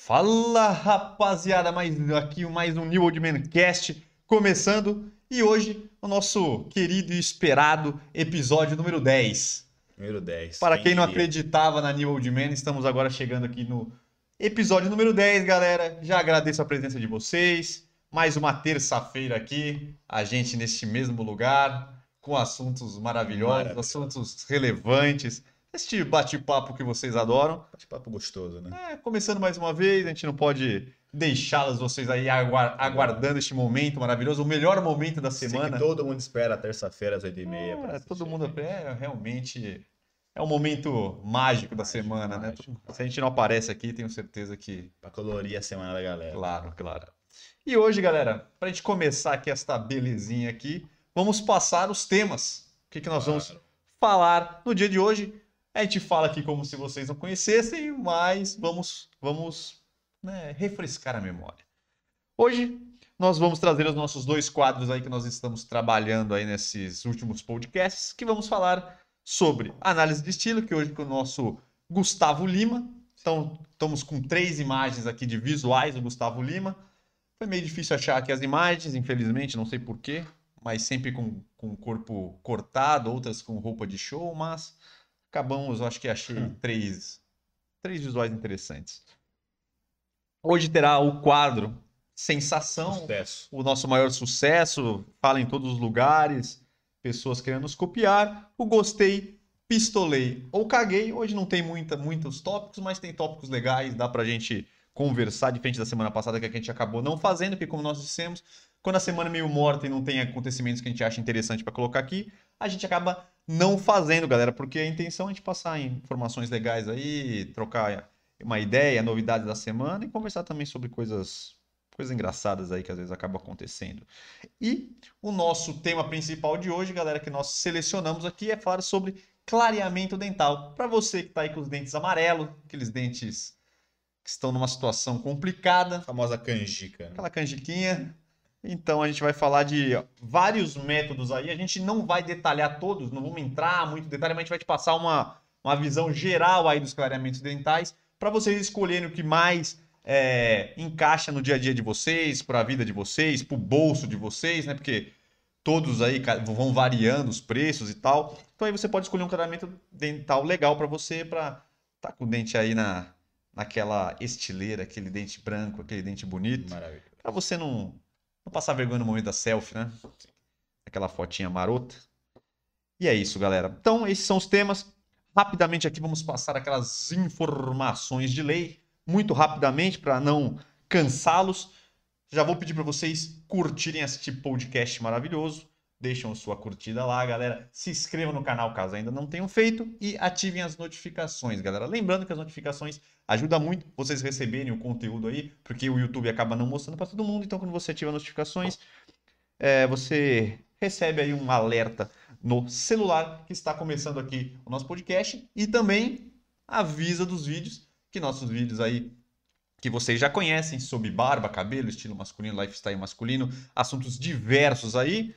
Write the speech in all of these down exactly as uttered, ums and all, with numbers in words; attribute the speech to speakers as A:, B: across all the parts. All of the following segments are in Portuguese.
A: Fala, rapaziada, mais aqui mais um New Old Man Cast começando e hoje o nosso querido e esperado episódio número dez.
B: Número dez.
A: Para quem,
B: quem
A: não
B: diria?
A: acreditava na New Old Man, estamos agora chegando aqui no episódio número dez, galera. Já agradeço a presença de vocês. Mais uma terça-feira aqui, a gente neste mesmo lugar, com assuntos maravilhosos,
B: Maravilhoso.
A: assuntos relevantes. Este bate-papo que vocês adoram.
B: Bate-papo gostoso, né?
A: É, começando mais uma vez, a gente não pode deixá-las vocês aí aguar- aguardando este momento maravilhoso, o melhor momento da
B: Sei
A: semana.
B: que todo mundo espera a terça-feira às oito e meia.
A: É, todo mundo é realmente é um momento mágico da
B: Mágico,
A: semana,
B: mágico.
A: né? Se a gente não aparece aqui, tenho certeza que,
B: Pra colorir a semana da galera.
A: claro, claro. E hoje, galera, pra gente começar aqui esta belezinha aqui, vamos passar os temas. O que que nós vamos
B: Claro.
A: falar no dia de hoje? A gente fala aqui como se vocês não conhecessem, mas vamos, vamos, né, refrescar a memória. Hoje nós vamos trazer os nossos dois quadros aí que nós estamos trabalhando aí nesses últimos podcasts, que vamos falar sobre análise de estilo, que hoje com o nosso Gustavo Lima. Então, estamos com três imagens aqui de visuais do Gustavo Lima. Foi meio difícil achar aqui as imagens, infelizmente, não sei porquê, mas sempre com, com o corpo cortado, outras com roupa de show, mas acabamos, eu acho que achei
B: Hum.
A: três, três visuais interessantes. Hoje terá o quadro Sensação,
B: Sucesso.
A: o nosso maior sucesso, fala em todos os lugares, pessoas querendo nos copiar. O gostei, pistolei ou caguei. Hoje não tem muita, muitos tópicos, mas tem tópicos legais, dá pra gente conversar, diferente da semana passada que a gente acabou não fazendo, porque como nós dissemos, quando a semana é meio morta e não tem acontecimentos que a gente acha interessante pra colocar aqui, a gente acaba não fazendo, galera, porque a intenção é a gente passar informações legais aí, trocar uma ideia, novidades da semana e conversar também sobre coisas, coisas engraçadas aí que às vezes acabam acontecendo. E o nosso tema principal de hoje, galera, que nós selecionamos aqui é falar sobre clareamento dental. Para você que está aí com os dentes amarelos, aqueles dentes que estão numa situação complicada,
B: A famosa canjica. Né?
A: aquela canjiquinha. Então a gente vai falar de vários métodos aí. A gente não vai detalhar todos, não vamos entrar muito em detalhe, mas a gente vai te passar uma, uma visão geral aí dos clareamentos dentais para vocês escolherem o que mais é, encaixa no dia a dia de vocês, para a vida de vocês, para o bolso de vocês, né? Porque todos aí ca- vão variando os preços e tal. Então aí você pode escolher um clareamento dental legal para você, para tá com o dente aí na, naquela estileira, aquele dente branco, aquele dente bonito.
B: Maravilha.
A: Pra você não, não passar vergonha no momento da selfie, né? Aquela fotinha marota. E é isso, galera. Então, esses são os temas. Rapidamente aqui vamos passar aquelas informações de lei, muito rapidamente, para não cansá-los. Já vou pedir para vocês curtirem este podcast maravilhoso. Deixem a sua curtida lá, galera. Se inscrevam no canal caso ainda não tenham feito e ativem as notificações, galera. Lembrando que as notificações ajudam muito vocês receberem o conteúdo aí, porque o YouTube acaba não mostrando para todo mundo. Então, quando você ativa as notificações, é, você recebe aí um alerta no celular que está começando aqui o nosso podcast e também avisa dos vídeos, que nossos vídeos aí que vocês já conhecem sobre barba, cabelo, estilo masculino, lifestyle masculino, assuntos diversos aí.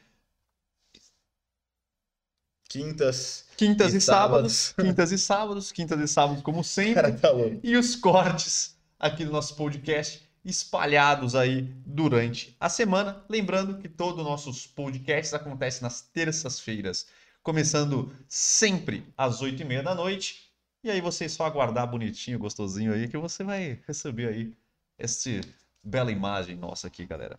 B: Quintas.
A: Quintas e,
B: E
A: sábados,
B: sábados.
A: quintas e sábados, quintas e sábados como sempre.
B: Cara, tá louco.
A: E os cortes aqui do nosso podcast espalhados aí durante a semana. Lembrando que todos os nossos podcasts acontecem nas terças-feiras, começando sempre às oito e meia da noite. E aí você só aguardar bonitinho, gostosinho aí, que você vai receber aí essa bela imagem nossa aqui, galera.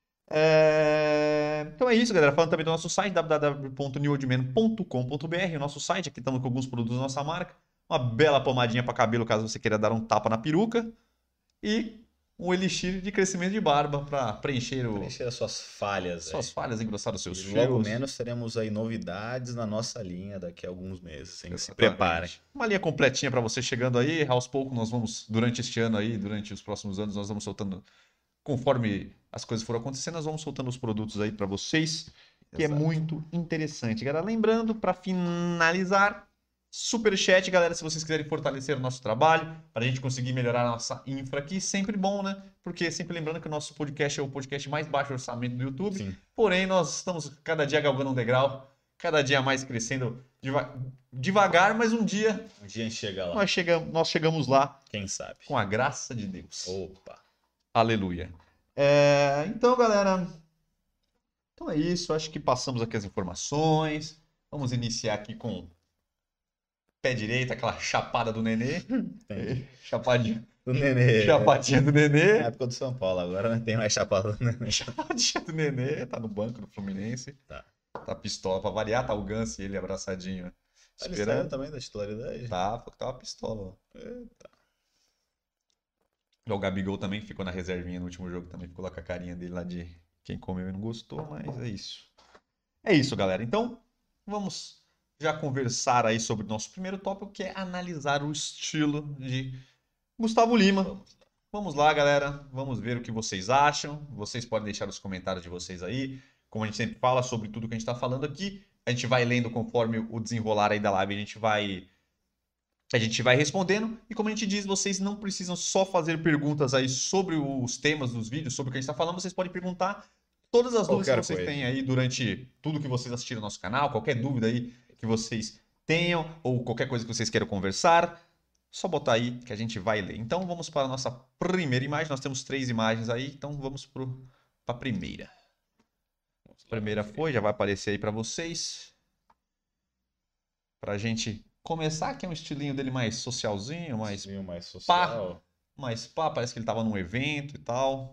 A: É, Então é isso, galera. Falando também do nosso site, w w w ponto new old man ponto com ponto b r. O nosso site, aqui estamos com alguns produtos da nossa marca. Uma bela pomadinha para cabelo, caso você queira dar um tapa na peruca. E um elixir de crescimento de barba para preencher o...
B: Preencher as suas falhas.
A: suas
B: aí.
A: falhas, engrossar os seus
B: E
A: fios.
B: logo menos teremos aí novidades na nossa linha daqui a alguns meses. Hein? Se
A: Exatamente.
B: preparem.
A: Uma linha completinha para você chegando aí. Aos poucos nós vamos, durante este ano aí, durante os próximos anos, nós vamos soltando, conforme as coisas foram acontecendo, nós vamos soltando os produtos aí para vocês, que
B: Exato.
A: é muito interessante. Galera, lembrando, para finalizar, Superchat, galera, se vocês quiserem fortalecer o nosso trabalho, para a gente conseguir melhorar a nossa infra aqui, sempre bom, né? Porque sempre lembrando que o nosso podcast é o podcast mais baixo orçamento do YouTube.
B: Sim.
A: Porém, nós estamos cada dia galgando um degrau cada dia mais crescendo deva- devagar, mas um dia
B: Um dia a gente chega lá.
A: nós chegamos, nós chegamos lá
B: Quem sabe?
A: com a graça de Deus.
B: Opa.
A: Aleluia. É, então, galera, então é isso. Acho que passamos aqui as informações. Vamos iniciar aqui com pé direito, aquela chapada do Nenê.
B: Entendi.
A: Chapadinha,
B: Do Nenê.
A: chapadinha do
B: Na
A: Nenê.
B: época do São Paulo, agora não tem mais chapada do Nenê.
A: Chapadinha do Nenê. Tá no banco do Fluminense.
B: Tá.
A: Tá pistola pra variar. Tá o Ganso e ele abraçadinho.
B: Ele saiu
A: Esperando.
B: também da titularidade?
A: Tá, porque tava pistola. Ó.
B: Eita.
A: O Gabigol também ficou na reservinha no último jogo. Também ficou lá com a carinha dele lá de quem comeu e não gostou. Mas é isso. É isso, galera. Então, vamos já conversar aí sobre o nosso primeiro tópico, que é analisar o estilo de Gustavo Lima. Vamos lá, galera. Vamos ver o que vocês acham. Vocês podem deixar os comentários de vocês aí. Como a gente sempre fala sobre tudo que a gente está falando aqui, a gente vai lendo conforme o desenrolar aí da live, a gente vai a gente vai respondendo. E como a gente diz, vocês não precisam só fazer perguntas aí sobre os temas dos vídeos, sobre o que a gente está falando, vocês podem perguntar todas as dúvidas
B: Qualquer
A: que vocês
B: coisa.
A: têm aí durante tudo que vocês assistiram no nosso canal, qualquer dúvida aí que vocês tenham, ou qualquer coisa que vocês queiram conversar, só botar aí que a gente vai ler. Então vamos para a nossa primeira imagem. Nós temos três imagens aí, então vamos para a primeira. A primeira foi, já vai aparecer aí para vocês. Para a gente começar, que é um estilinho dele mais socialzinho, mais
B: Sim, mais social.
A: mais pá, parece que ele tava num evento e tal.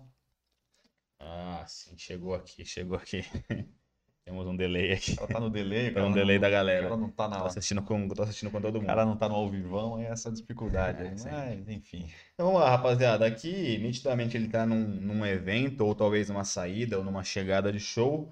B: Ah, sim, chegou aqui, chegou aqui. Temos um delay aqui.
A: O cara tá no delay, o
B: Tem
A: cara
B: um
A: não-
B: delay da
A: O
B: galera.
A: cara não tá
B: Tô
A: na,
B: assistindo com, tô assistindo com todo
A: o
B: mundo.
A: cara não tá no ao vivão, é essa a dificuldade aí.
B: É, sim.
A: Mas, enfim.
B: Então vamos lá, rapaziada. Aqui, nitidamente, ele tá num, num evento, ou talvez numa saída, ou numa chegada de show.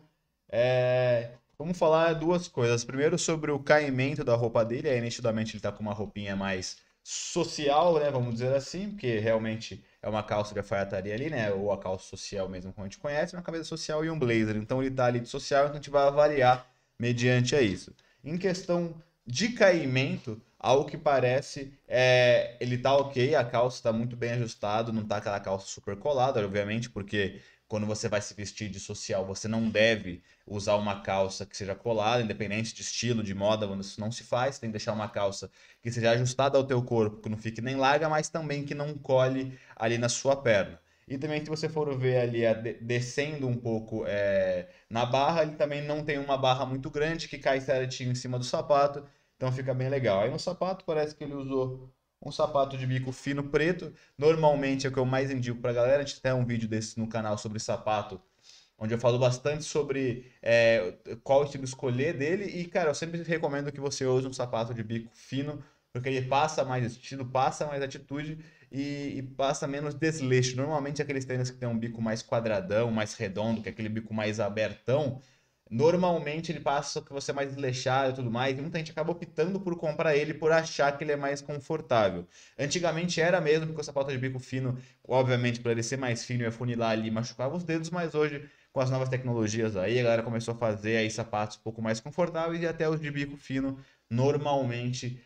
B: É, Vamos falar duas coisas. Primeiro, sobre o caimento da roupa dele. Aí, nitidamente, ele tá com uma roupinha mais social, né? Vamos dizer assim, porque realmente é uma calça de alfaiataria ali, né? Ou a calça social mesmo, como a gente conhece, uma camisa social e um blazer. Então, ele tá ali de social, então a gente vai avaliar mediante a isso. Em questão de caimento, ao que parece, é, ele tá ok, a calça tá muito bem ajustado, não tá aquela calça super colada, obviamente, porque quando você vai se vestir de social, você não deve usar uma calça que seja colada, independente de estilo, de moda, isso não se faz, tem que deixar uma calça que seja ajustada ao teu corpo, que não fique nem larga, mas também que não cole ali na sua perna. E também, se você for ver ali, a de- descendo um pouco é, na barra, ele também não tem uma barra muito grande que cai certinho em cima do sapato, então fica bem legal. Aí no sapato parece que ele usou um sapato de bico fino preto. Normalmente é o que eu mais indico pra galera. A gente tem um vídeo desse no canal sobre sapato, onde eu falo bastante sobre é, qual estilo escolher dele. E, cara, eu sempre recomendo que você use um sapato de bico fino, porque ele passa mais estilo, passa mais atitude e, e passa menos desleixo. Normalmente aqueles tênis que tem um bico mais quadradão, mais redondo, que é aquele bico mais abertão, normalmente ele passa que você é mais desleixado e tudo mais, e muita gente acaba optando por comprar ele por achar que ele é mais confortável. Antigamente era mesmo, porque o sapato de bico fino, obviamente, para ele ser mais fino e afunilar ali, machucava os dedos, mas hoje, com as novas tecnologias aí, a galera começou a fazer aí sapatos um pouco mais confortáveis e até os de bico fino normalmente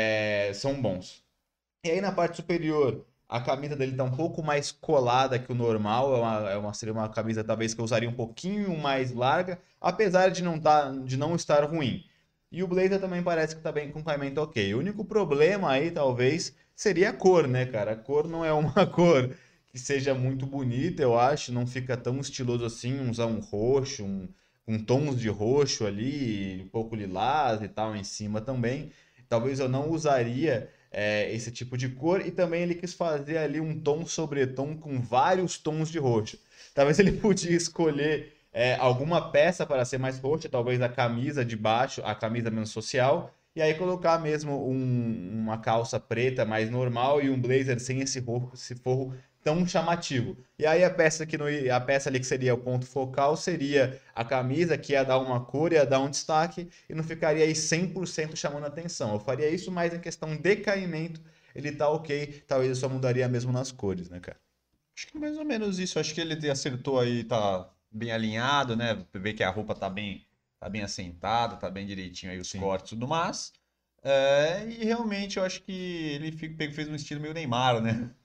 B: é, são bons. E aí na parte superior, a camisa dele tá um pouco mais colada que o normal, é uma, é uma, seria uma camisa talvez que eu usaria um pouquinho mais larga, apesar de não, tá, de não estar ruim. E o blazer também parece que tá bem com caimento ok. O único problema aí, talvez, seria a cor, né, cara? A cor não é uma cor que seja muito bonita, eu acho, não fica tão estiloso assim, usar um roxo, um, com tons de roxo ali, um pouco lilás e tal em cima também. Talvez eu não usaria é, esse tipo de cor, e também ele quis fazer ali um tom sobretom com vários tons de roxo. Talvez ele podia escolher é, alguma peça para ser mais roxa, talvez a camisa de baixo, a camisa menos social, e aí colocar mesmo um- uma calça preta mais normal e um blazer sem esse, ro- esse forro tão chamativo. E aí a peça que no, a peça ali que seria o ponto focal seria a camisa, que ia dar uma cor, ia dar um destaque, e não ficaria aí cem por cento chamando atenção. Eu faria isso mais em questão de caimento, ele tá ok, talvez eu só mudaria mesmo nas cores, né, cara?
A: Acho que mais ou menos isso. Acho que ele acertou aí, tá bem alinhado, né? Vê que a roupa tá bem, tá bem assentada, tá bem direitinho aí os
B: Sim.
A: cortes e tudo mais. É, e realmente eu acho que ele fi- fez um estilo meio Neymar, né?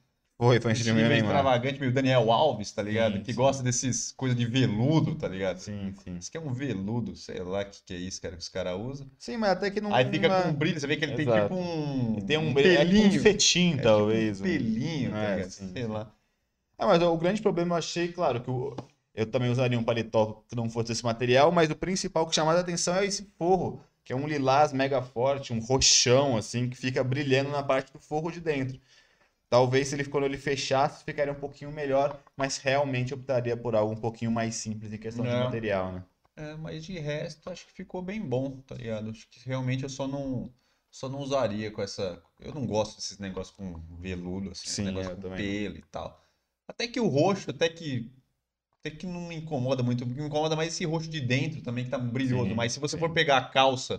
B: Foi, foi um
A: Um
B: estilo
A: estilo
B: meio
A: meio
B: Neymar.
A: extravagante, meio Daniel Alves, tá ligado?
B: Sim,
A: Que
B: sim.
A: gosta desses coisas de veludo, tá ligado?
B: Sim, sim.
A: Isso que é um veludo, sei lá o que, que é isso, cara, que os caras usam.
B: Sim, mas até que não.
A: Aí fica
B: não
A: com um
B: é-
A: brilho, você vê que ele tem tipo
B: Exato. Ele tem
A: um,
B: um.
A: um
B: brilho- É tipo um
A: pelinho.
B: cetim,
A: É tipo um
B: talvez. Um...
A: pelinho, tá
B: É,
A: ligado?
B: sim,
A: Sei
B: sim.
A: lá.
B: Ah, mas o grande problema eu achei, claro, que o- eu também usaria um paletó que não fosse esse material, mas o principal que chama a atenção é esse forro, que é um lilás mega forte, um roxão, assim, que fica brilhando na parte do forro de dentro. Talvez se ele, quando ele fechasse, ficaria um pouquinho melhor, mas realmente optaria por algo um pouquinho mais simples em questão de
A: É,
B: material, né?
A: é, mas de resto acho que ficou bem bom, tá ligado? Acho que realmente eu só não, só não usaria com essa. Eu não gosto desses negócios com veludo, assim, esse
B: Sim,
A: negócio
B: eu
A: com
B: também não.
A: pelo e tal. Até que o roxo, até que até que não me incomoda muito. O que me incomoda mais é esse roxo de dentro também, que tá brilhoso.
B: Sim,
A: Mas se você for
B: sim.
A: pegar a calça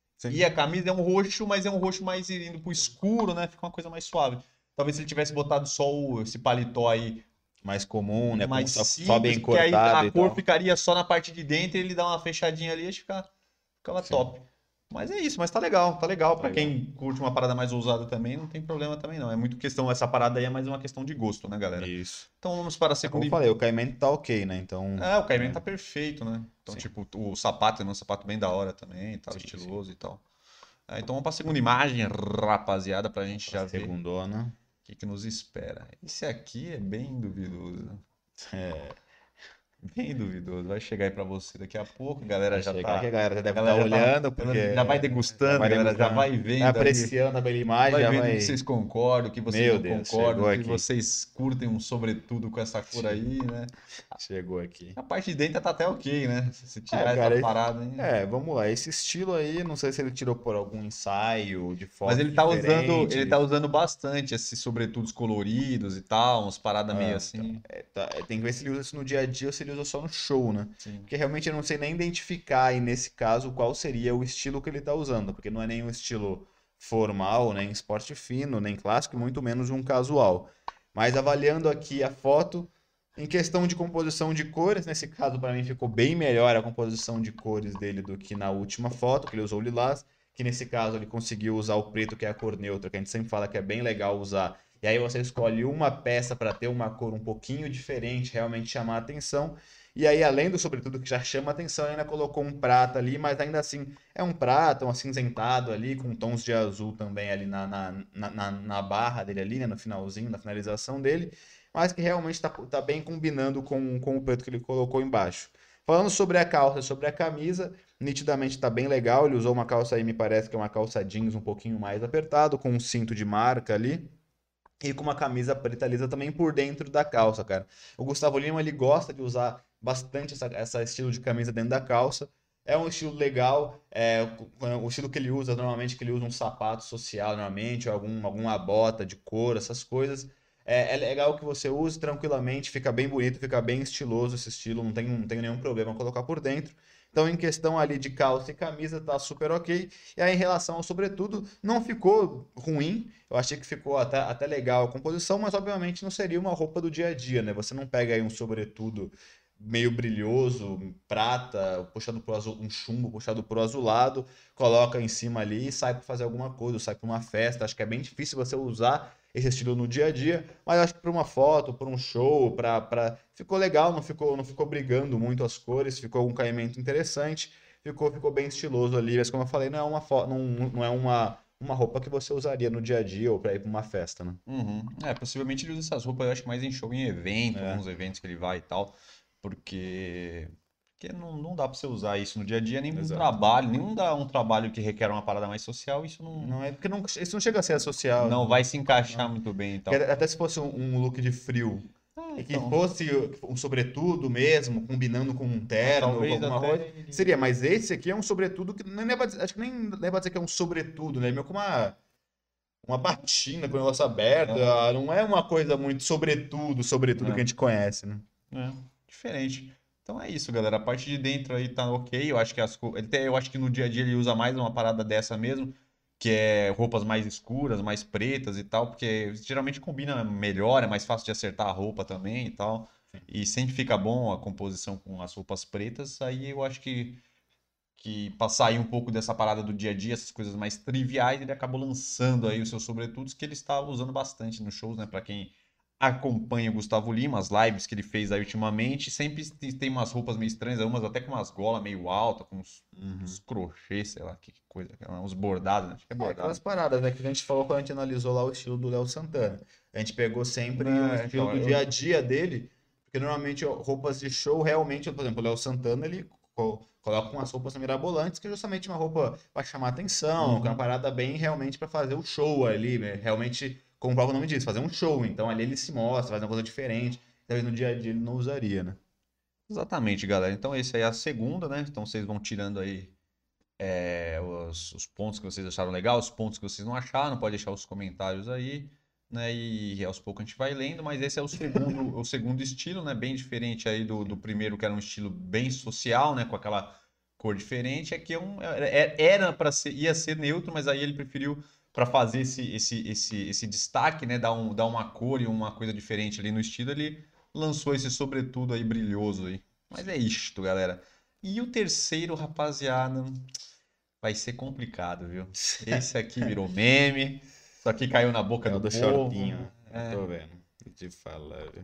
A: e
B: Sim.
A: a camisa, é um roxo, mas é um roxo mais indo pro escuro, né? Fica uma coisa mais suave. Talvez se ele tivesse botado só o- esse paletó aí
B: Mais comum, né? Com
A: mais
B: só, só
A: simples,
B: bem
A: porque aí a
B: cortado e
A: cor
B: tal.
A: ficaria só na parte de dentro e ele dá uma fechadinha ali, acho que ficava, ficava
B: Sim,
A: top. Mas é isso, mas tá legal, tá legal.
B: tá
A: Pra
B: legal.
A: quem curte uma parada mais ousada também, não tem problema também não. É muito questão, essa parada aí é mais uma questão de gosto, né, galera?
B: Isso.
A: Então vamos para a
B: É como
A: segunda.
B: eu falei, o caimento tá ok, né? Então,
A: Ah, o caimento
B: né?
A: tá perfeito, né? Então,
B: Sim,
A: tipo, o sapato é um sapato bem da hora também, tal,
B: sim, sim.
A: estiloso e tal. Ah, então vamos pra segunda imagem, rapaziada, pra gente
B: Pra
A: já ver o
B: segundona.
A: que que nos espera. Esse aqui é bem duvidoso.
B: É,
A: Bem duvidoso. Vai chegar aí pra você daqui a pouco. A
B: vai
A: galera já
B: chegar aqui,
A: tá.
B: a galera já
A: A
B: deve estar
A: galera já tá.
B: olhando,
A: Ela
B: porque
A: já vai
B: já
A: degustando,
B: vai
A: a galera já
B: degustando,
A: vai
B: vai
A: vendo aí.
B: apreciando a bela imagem,
A: Vai
B: já
A: vendo o que
B: vai.
A: vocês concordam, o que vocês
B: Meu
A: não
B: Deus,
A: concordam,
B: chegou
A: o que
B: aqui.
A: vocês curtem um sobretudo com essa cor
B: Che-
A: aí, né?
B: Chegou aqui.
A: A parte de dentro tá até ok, né? Se você
B: É,
A: tirar essa
B: cara, esse-
A: parada aí.
B: é, vamos lá. Esse estilo aí, não sei se ele tirou por algum ensaio de
A: Mas
B: fotos
A: ele tá usando, ele tá
B: diferentes.
A: usando bastante esses sobretudos coloridos e tal, umas paradas meio
B: Ah, então,
A: assim.
B: é, tá, é, tem que ver se ele usa isso no dia a dia ou se ele usa só no show, né?
A: Sim.
B: Porque realmente eu não sei nem identificar aí nesse caso qual seria o estilo que ele tá usando, porque não é nenhum estilo formal, nem esporte fino, nem clássico, e muito menos um casual. Mas avaliando aqui a foto, em questão de composição de cores, nesse caso para mim ficou bem melhor a composição de cores dele do que na última foto, que ele usou o lilás, que nesse caso ele conseguiu usar o preto, que é a cor neutra, que a gente sempre fala que é bem legal usar. E aí você escolhe uma peça para ter uma cor um pouquinho diferente, realmente chamar a atenção. E aí, além do sobretudo que já chama a atenção, ainda colocou um prata ali, mas ainda assim é um prata, um acinzentado ali, com tons de azul também ali na, na, na, na- na barra dele ali, né, no finalzinho, na finalização dele, mas que realmente está tá bem combinando com, com o preto que ele colocou embaixo. Falando sobre a calça, sobre a camisa, nitidamente está bem legal. Ele usou uma calça aí, me parece que é uma calça jeans um pouquinho mais apertado, com um cinto de marca ali. E com uma camisa preta lisa também por dentro da calça, cara. O Gustavo Lima, ele gosta de usar bastante essa, essa estilo de camisa dentro da calça. É um estilo legal, é, o estilo que ele usa, normalmente que ele usa um sapato social, normalmente, ou algum, alguma bota de couro, essas coisas. É, é legal que você use tranquilamente, fica bem bonito, fica bem estiloso esse estilo, não tem, não tem nenhum problema colocar por dentro. Então, em questão ali de calça e camisa, tá super ok. E aí, em relação ao sobretudo, não ficou ruim. Eu achei que ficou até, até legal a composição, mas obviamente não seria uma roupa do dia a dia, né? Você não pega aí um sobretudo meio brilhoso, prata, puxado pro azul, um chumbo puxado pro azulado, coloca em cima ali e sai para fazer alguma coisa, sai para uma festa. Acho que é bem difícil você usar esse estilo no dia a dia, mas acho que para uma foto, para um show, para para ficou legal, não ficou não ficou brigando muito as cores, ficou um caimento interessante, ficou ficou bem estiloso ali, mas como eu falei, não é uma foto, não, não é uma uma roupa que você usaria no dia a dia ou para ir para uma festa, né?
A: Uhum. É, possivelmente ele usa essas roupas, eu acho que mais em show, em evento,
B: É,
A: alguns eventos que ele vai e tal, porque, porque não, não dá pra você usar isso no dia a dia, nem um
B: exato.
A: trabalho, nenhum dá um trabalho que requer uma parada mais social, isso não,
B: Não é porque não, isso não chega a ser social,
A: não
B: né?
A: vai se encaixar
B: Não.
A: muito bem e
B: Porque
A: tal.
B: até se fosse um, um look de frio
A: Ah,
B: e que
A: então,
B: fosse um sobretudo mesmo, combinando com um
A: ah,
B: terno ou com
A: talvez
B: alguma coisa,
A: até ele...
B: seria. Mas esse aqui é um sobretudo que nem leva, acho que nem leva a dizer que é um sobretudo, né? É meio com uma, uma batina com o negócio aberto.
A: Aham,
B: ah, Não é uma coisa muito sobretudo, sobretudo que a
A: é,
B: gente conhece, né?
A: é, diferente. Então é isso, galera. A parte de dentro aí tá ok. Eu acho que as co- ele tem- eu acho que no dia a dia ele usa mais uma parada dessa mesmo, que é roupas mais escuras, mais pretas e tal, porque geralmente combina melhor, é mais fácil de acertar a roupa também e tal. E sempre fica bom a composição com as roupas pretas. Aí eu acho que que para sair um pouco dessa parada do dia a dia, essas coisas mais triviais, ele acabou lançando aí os seus sobretudos que ele está usando bastante nos shows, né? Para quem acompanha o Gustavo Lima, as lives que ele fez aí ultimamente, sempre tem umas roupas meio estranhas, umas até com umas golas meio altas, com uns,
B: Uhum.
A: uns crochês, sei lá, que coisa, uns bordados, né? Acho que é
B: É,
A: bordado.
B: aquelas paradas, né, que a gente falou quando a gente analisou lá o estilo do Léo Santana. A gente pegou sempre
A: É,
B: o estilo
A: então,
B: do
A: eu-
B: dia a dia dele, porque normalmente ó, roupas de show, realmente, por exemplo, o Léo Santana, ele co- coloca umas roupas mirabolantes, que é justamente uma roupa para chamar atenção, que é uma
A: Uhum.
B: parada bem realmente para fazer o show ali, né? Realmente, como o próprio nome diz, fazer um show. Então ali ele se mostra, faz uma coisa diferente. Talvez no dia a dia ele não usaria, né?
A: Exatamente, galera. Então, esse aí é a segunda, né? Então, vocês vão tirando aí é, os, os pontos que vocês acharam legal, os pontos que vocês não acharam, pode deixar os comentários aí, né? E aos poucos a gente vai lendo, mas esse é o segundo, o segundo estilo, né? Bem diferente aí do, do primeiro, que era um estilo bem social, né? Com aquela cor diferente. Aqui é um, é- era para ser, ia ser neutro, mas aí ele preferiu para fazer esse, esse, esse, esse destaque, né? Dar, um, dar uma cor e uma coisa diferente ali no estilo, ele lançou esse sobretudo aí brilhoso aí. Mas é isto, galera. E o terceiro, rapaziada, vai ser complicado, viu? Esse aqui virou meme, isso aqui caiu na boca
B: É o
A: do
B: do
A: povo.
B: shortinho. Eu
A: É.
B: tô vendo. Vou te falar, viu?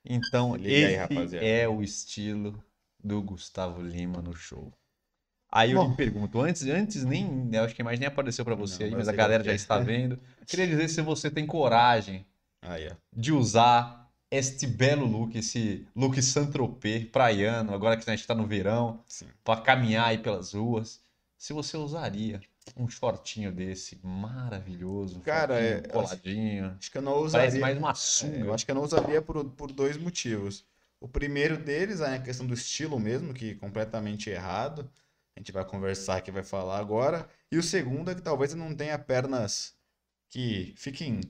B: Se
A: Então,
B: liga aí,
A: esse
B: rapaziada.
A: é o estilo do Gustavo Lima no show. Aí eu lhe
B: Bom,
A: pergunto, antes, antes nem, eu acho que mais nem apareceu pra você
B: não,
A: aí,
B: mas eu
A: mas a
B: sei qual
A: galera
B: que
A: já
B: é.
A: está vendo. Queria dizer se você tem coragem
B: Aí, ó.
A: de usar este belo look, esse look Saint-Tropez praiano, agora que a gente está no verão,
B: Sim.
A: para caminhar aí pelas ruas. Se você usaria um shortinho desse maravilhoso, um
B: Cara,
A: shortinho
B: é,
A: coladinho,
B: acho que eu não
A: parece
B: usaria.
A: mais uma
B: É, eu
A: sunga.
B: acho que eu não usaria por, por dois motivos. O primeiro deles é a questão do estilo mesmo, que é completamente errado. A gente vai conversar aqui, vai falar agora. E o segundo é que talvez eu não tenha pernas que fiquem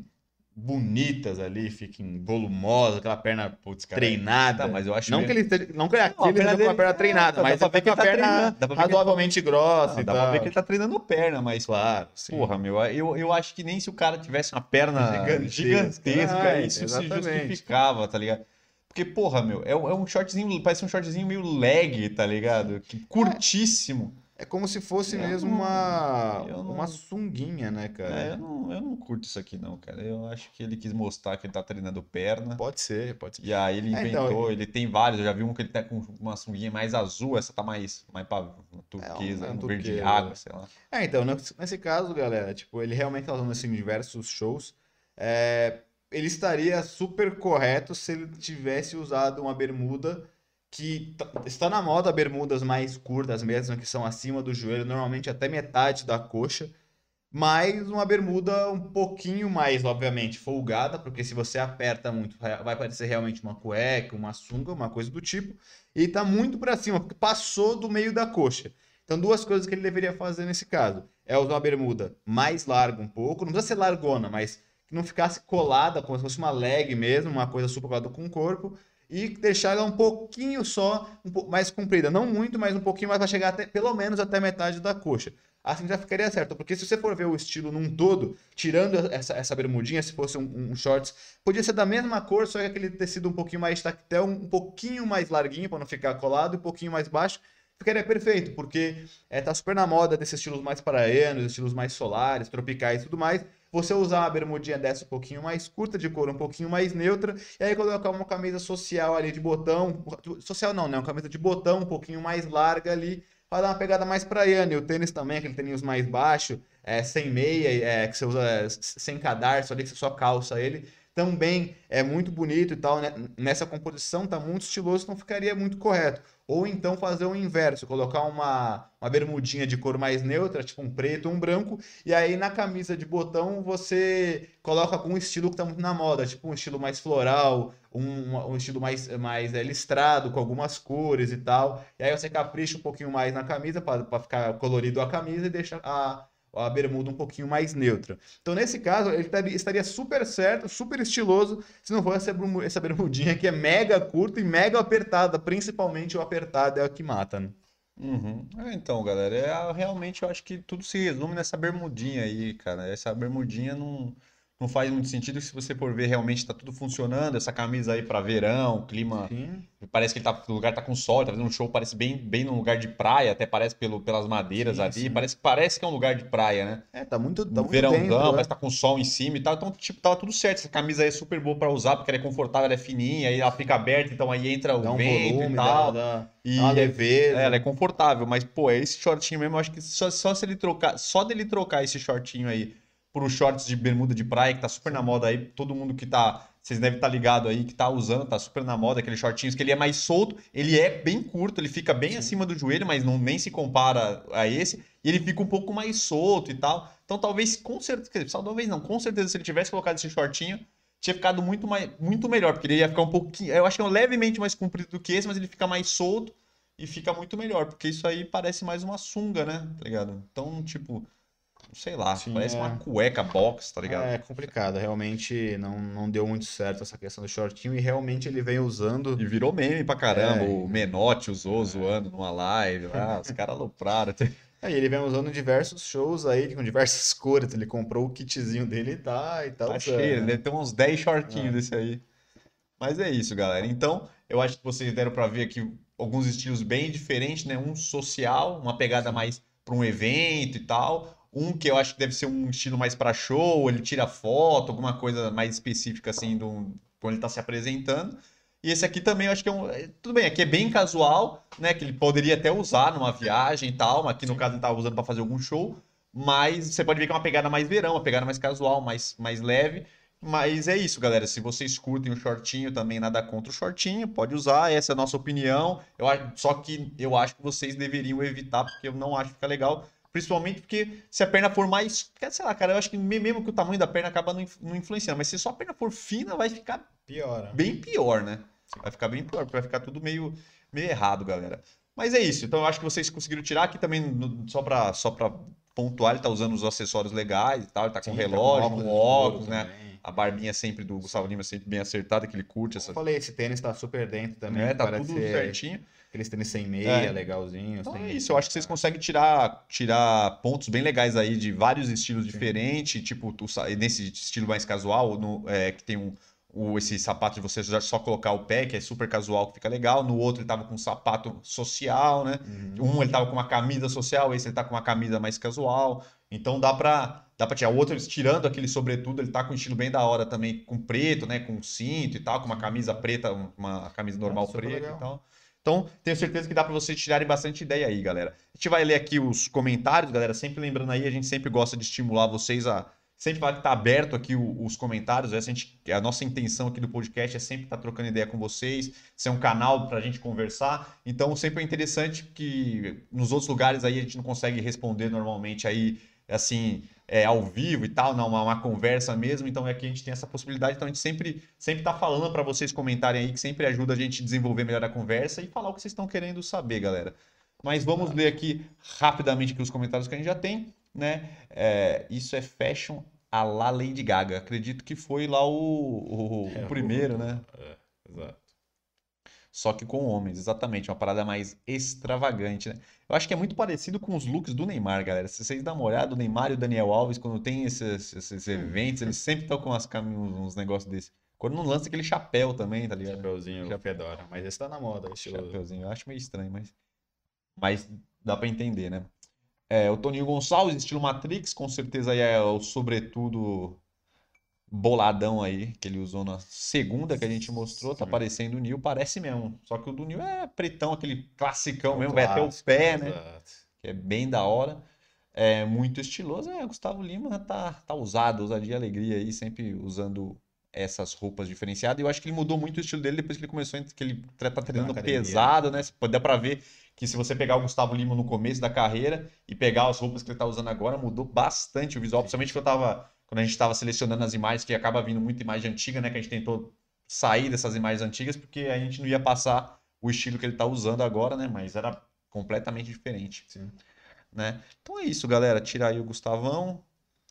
B: bonitas ali, fiquem volumosas, aquela perna
A: Putz, cara, é- tá,
B: treinada.
A: mas eu acho
B: Não que
A: meio.
B: ele esteja, não que aqui
A: Não, a
B: ele
A: perna
B: esteja com uma
A: dele.
B: perna
A: É,
B: treinada,
A: tá, dá
B: mas
A: pra
B: ele tá
A: ver que
B: com
A: ele
B: a
A: tá
B: perna
A: treinando. Dá pra ver que ele...
B: razoavelmente grossa
A: Não,
B: e
A: dá pra ver que
B: tal.
A: ele tá treinando perna, mas.
B: Claro, sim.
A: Porra, meu, eu, eu acho que nem se o cara tivesse uma perna
B: Gigantesca.
A: gigantesca,
B: Ah,
A: isso se
B: exatamente.
A: justificava, tá ligado? Porque, porra, meu, é, um- é um shortzinho, parece um shortzinho meio leg, tá
B: Sim.
A: ligado? Que, curtíssimo.
B: É como se fosse
A: Eu
B: mesmo
A: não.
B: uma,
A: Eu
B: uma
A: não.
B: sunguinha, né,
A: É,
B: cara?
A: eu não, eu não curto isso aqui, não, cara. Eu acho que ele quis mostrar que ele tá treinando perna.
B: Pode ser, pode ser.
A: E aí ele
B: É, então,
A: inventou, ele tem vários. Eu já vi um que ele tá com uma sunguinha mais azul, essa tá mais, mais pra
B: é um,
A: turquesa,
B: é um
A: um verde
B: turquesa.
A: água, sei lá.
B: É, então, nesse nesse caso, galera, tipo, ele realmente tá usando isso em diversos shows. É, ele estaria super correto se ele tivesse usado uma bermuda que tá- está na moda, bermudas mais curtas mesmo, que são acima do joelho, normalmente até metade da coxa. Mas uma bermuda um pouquinho mais, obviamente, folgada, porque se você aperta muito, vai parecer realmente uma cueca, uma sunga, uma coisa do tipo. E tá muito para cima, porque passou do meio da coxa. Então, duas coisas que ele deveria fazer nesse caso. É usar uma bermuda mais larga um pouco, não precisa ser largona, mas que não ficasse colada, como se fosse uma leg mesmo, uma coisa super colada com o corpo. E deixar ela um pouquinho só, um pouco mais comprida. Não muito, mas um pouquinho mais para chegar até, pelo menos até metade da coxa. Assim já ficaria certo, porque se você for ver o estilo num todo, tirando essa, essa bermudinha, se fosse um, um shorts, podia ser da mesma cor, só que aquele tecido um pouquinho mais tactel, um pouquinho mais larguinho para não ficar colado e um pouquinho mais baixo, ficaria perfeito, porque é, tá super na moda desses estilos mais praianos, estilos mais solares, tropicais e tudo mais. Você usar uma bermudinha dessa um pouquinho mais curta, de cor um pouquinho mais neutra, e aí colocar uma camisa social ali de botão, social não, né? Uma camisa de botão um pouquinho mais larga ali, para dar uma pegada mais praiana. E o tênis também, aquele tênis mais baixo, é, sem meia, é, que você usa é, sem cadarço ali, que você só calça ele. Também é muito bonito e tal, né? Nessa composição tá muito estiloso, então ficaria muito correto. Ou então fazer o inverso, colocar uma, uma bermudinha de cor mais neutra, tipo um preto ou um branco, e aí na camisa de botão você coloca algum estilo que tá muito na moda, tipo um estilo mais floral, um, um estilo mais, mais é, listrado, com algumas cores e tal. E aí você capricha um pouquinho mais na camisa para ficar colorido a camisa e deixa a, a bermuda um pouquinho mais neutra. Então, nesse caso, ele taria, estaria super certo, super estiloso, se não fosse essa, essa bermudinha que é mega curta e mega apertada. Principalmente o apertado é o que mata, né?
A: Uhum. É, então, galera, é, realmente eu acho que tudo se resume nessa bermudinha aí, cara. Essa bermudinha não, não faz muito sentido se você for ver realmente tá tudo funcionando, essa camisa aí pra verão, clima,
B: Sim,
A: parece que ele tá, o lugar tá com sol, tá fazendo um show, parece bem, bem num lugar de praia, até parece pelo, pelas madeiras
B: sim,
A: ali,
B: sim.
A: parece, parece que é um lugar de praia, né?
B: É, tá muito, tá
A: Um
B: muito
A: verãozão,
B: dentro,
A: parece
B: é.
A: que tá com sol em cima e tal. Então, tipo, tava tudo certo. Essa camisa aí é super boa pra usar, porque ela é confortável, ela é fininha, aí ela fica aberta, então aí entra o
B: Dá um
A: vento e
B: volume, dá,
A: tal.
B: dá, dá uma
A: E é, é, ela é
B: leveza.
A: confortável, mas, pô, esse shortinho mesmo, eu acho que só, só se ele trocar, só dele trocar esse shortinho aí por os shorts de bermuda de praia, que tá super na
B: Sim.
A: moda aí, todo mundo que tá. Vocês devem estar ligado aí, que tá usando, tá super na moda, aqueles shortinhos que ele é mais solto, ele é bem curto, ele fica bem
B: Sim.
A: acima do joelho, mas não, nem se compara a esse, e ele fica um pouco mais solto e tal. Então talvez, com certeza, talvez não, com certeza se ele tivesse colocado esse shortinho, tinha ficado muito, mais, muito melhor, porque ele ia ficar um pouquinho, eu acho que é um levemente mais comprido do que esse, mas ele fica mais solto e fica muito melhor, porque isso aí parece mais uma sunga, né, tá ligado? Então, tipo, sei lá,
B: Sim,
A: parece uma
B: é.
A: cueca box, tá ligado?
B: É complicado. Realmente não, não deu muito certo essa questão do shortinho e realmente ele vem usando.
A: E virou meme pra caramba,
B: É,
A: o Menotti usou zoando numa live lá, os caras alopraram.
B: aí ele vem usando diversos shows aí, com diversas cores. Ele comprou o kitzinho dele e tá, e tá
A: Tá
B: usando,
A: cheio, ele
B: né?
A: deve ter uns dez shortinhos
B: É,
A: desse aí. Mas é isso, galera. Então, eu acho que vocês deram pra ver aqui alguns estilos bem diferentes, né? Um social, uma pegada
B: sim.
A: mais pra um evento e tal. Um que eu acho que deve ser um estilo mais pra show, ele tira foto, alguma coisa mais específica assim, do, quando ele tá se apresentando. E esse aqui também eu acho que é um. é- Tudo bem, aqui é bem casual, né? Que ele poderia até usar numa viagem e tal, mas aqui no
B: Sim.
A: caso ele tava usando pra fazer algum show. Mas você pode ver que é uma pegada mais verão, uma pegada mais casual, mais, mais leve. Mas é isso, galera. Se vocês curtem o shortinho, também nada contra o shortinho, pode usar, essa é a nossa opinião. Eu, a- só que eu acho que vocês deveriam evitar, porque eu não acho que fica legal. Principalmente porque se a perna for mais. Sei lá, cara, eu acho que me- mesmo que o tamanho da perna acaba não, inf- não influenciando, mas se só a perna for fina, vai ficar
B: Piora.
A: bem pior, né? Vai ficar bem pior, vai ficar tudo meio, meio errado, galera. Mas é isso. Então eu acho que vocês conseguiram tirar aqui também, no- só pra, só pra pontuar, ele tá usando os acessórios legais e tal, ele tá com
B: Sim, tá com
A: relógio,
B: óculos
A: um
B: escuro
A: óculos, né?
B: também.
A: A barbinha sempre do Gustavo Lima sempre bem acertada, que ele curte
B: Como eu
A: essa.
B: falei, esse tênis tá super dentro
A: Né?
B: também.
A: Tá
B: Parece
A: tudo
B: ser
A: certinho.
B: aqueles tênis sem meia,
A: É.
B: legalzinho.
A: Então é
B: Sem,
A: isso, eu
B: sem...
A: acho que vocês conseguem tirar, tirar pontos bem legais aí de vários estilos
B: Sim.
A: diferentes, tipo, tu sa- nesse estilo mais casual, no, é, que tem um, o, esse sapato de você já só colocar o pé, que é super casual, que fica legal. No outro ele tava com um sapato social, né?
B: Uhum.
A: Um ele tava com uma camisa social, esse ele tá com uma camisa mais casual. Então dá pra, dá pra tirar. O outro, eles tirando aquele sobretudo, ele tá com um estilo bem da hora também, com preto, né? Com cinto e tal, com uma camisa preta, um- uma camisa
B: Ah,
A: normal
B: super
A: preta e
B: legal.
A: tal. Então, tenho certeza que dá para vocês tirarem bastante ideia aí, galera. A gente vai ler aqui os comentários, galera. Sempre lembrando aí, a gente sempre gosta de estimular vocês a. Sempre vai estar aberto aqui o- os comentários. Essa a, gente- a nossa intenção aqui do podcast é sempre estar trocando ideia com vocês, ser um canal para a gente conversar. Então, sempre é interessante que nos outros lugares aí a gente não consegue responder normalmente aí, assim, é, ao vivo e tal, não, uma, uma conversa mesmo. Então, é que a gente tem essa possibilidade. Então, a gente sempre sempre tá falando para vocês comentarem aí, que sempre ajuda a gente a desenvolver melhor a conversa e falar o que vocês estão querendo saber, galera. Mas vamos ler aqui rapidamente aqui os comentários que a gente já tem, né? É, isso é fashion a la Lady Gaga. Acredito que foi lá o, o,
B: É,
A: o
B: o-
A: primeiro, né?
B: é, exato.
A: Só que com homens, exatamente, uma parada mais extravagante, né? Eu acho que é muito parecido com os looks do Neymar, galera. Se vocês dão uma olhada, o Neymar e o Daniel Alves, quando tem esses, esses eventos, eles sempre estão com umas, cam- uns negócios desses. Quando não lança aquele chapéu também, tá ligado?
B: Chapeuzinho
A: Chape-
B: fedora. Mas esse tá na moda, estiloso.
A: Chapeuzinho, eu acho meio estranho, mas, mas dá pra entender, né? É, o Toninho Gonçalves, estilo Matrix, com certeza aí é o sobretudo boladão aí, que ele usou na segunda que a gente mostrou, tá
B: Sim.
A: parecendo o Nil, parece mesmo. Só que o do Nil é pretão, aquele classicão
B: É o
A: mesmo, vai até o
B: clássico,
A: pé, né?
B: exato.
A: Que é bem da hora. É muito estiloso. É, Gustavo Lima tá, tá usado, ousadia e alegria aí, sempre usando essas roupas diferenciadas. E eu acho que ele mudou muito o estilo dele depois que ele começou, a- que ele tre- tá
B: Na
A: treinando
B: academia,
A: pesado, né? Você pode dar pra ver que se você pegar o Gustavo Lima no começo da carreira e pegar as roupas que ele tá usando agora, mudou bastante o visual, principalmente que eu tava, quando a gente tava selecionando as imagens, que acaba vindo muita imagem antiga, né? Que a gente tentou sair dessas imagens antigas, porque a gente não ia passar o estilo que ele tá usando agora, né? Mas era completamente diferente,
B: Sim.
A: né? Então é isso, galera. Tira aí o Gustavão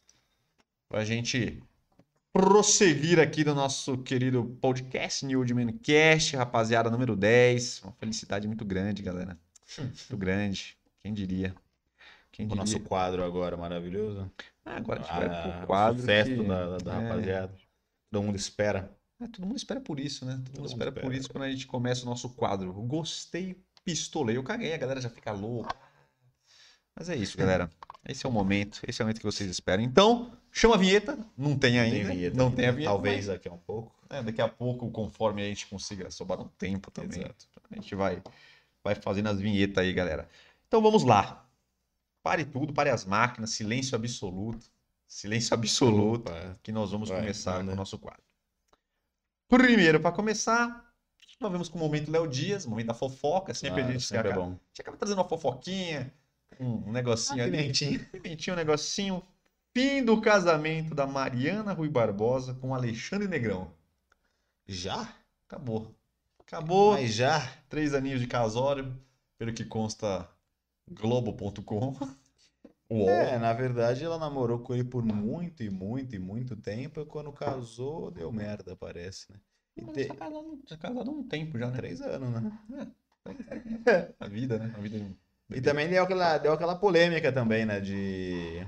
A: pra gente prosseguir aqui do nosso querido podcast, New Old Man Cast, rapaziada, número dez. Uma felicidade muito grande, galera. Muito grande. Quem diria? Quem
B: O nosso
A: diria?
B: quadro agora maravilhoso.
A: Ah, agora a gente vai
B: Ah,
A: pro
B: o
A: quadro
B: sucesso
A: que...
B: da, da
A: é,
B: rapaziada. Todo mundo espera.
A: é, todo mundo espera por isso, né? Todo,
B: Todo
A: mundo
B: mundo
A: espera por
B: espera.
A: isso quando a gente começa o nosso quadro. Gostei, pistolei. Eu caguei, a galera já fica louca. Mas é isso, galera. Esse é o momento. Esse é o momento que vocês esperam. Então, chama a vinheta. Não tem
B: Não
A: ainda.
B: tem vinheta
A: não
B: ainda.
A: tem a vinheta.
B: Talvez
A: mas,
B: daqui a um pouco.
A: é, daqui a pouco, conforme a gente consiga sobrar um tempo também.
B: Exato.
A: A gente vai, vai fazendo as vinhetas aí, galera. Então vamos lá. Pare tudo, pare as máquinas. Silêncio absoluto. Silêncio absoluto.
B: Opa.
A: Que nós vamos
B: Vai,
A: começar
B: manda.
A: com o nosso quadro. Primeiro, para começar, nós vemos com o momento Léo Dias, o momento da fofoca. Sempre
B: Ah,
A: a gente
B: sempre é
A: acaba,
B: bom.
A: a gente acaba trazendo uma fofoquinha, um, um negocinho
B: Ah,
A: ali.
B: pimentinha.
A: Pimentinho, um negocinho. Fim do casamento da Mariana Rui Barbosa com Alexandre Negrão.
B: Já?
A: Acabou. Acabou.
B: Mas já?
A: Três aninhos de casório, pelo que consta globo ponto com. U O L.
B: É, na verdade ela namorou com ele por muito e muito e muito tempo. E quando casou, deu merda, parece, né? E
A: Mas
B: te-
A: tá casado, tá casado há um tempo já, né?
B: Três anos, né?
A: A vida, né? A vida de um
B: E
A: bebê.
B: também deu aquela, deu aquela polêmica também, né? De.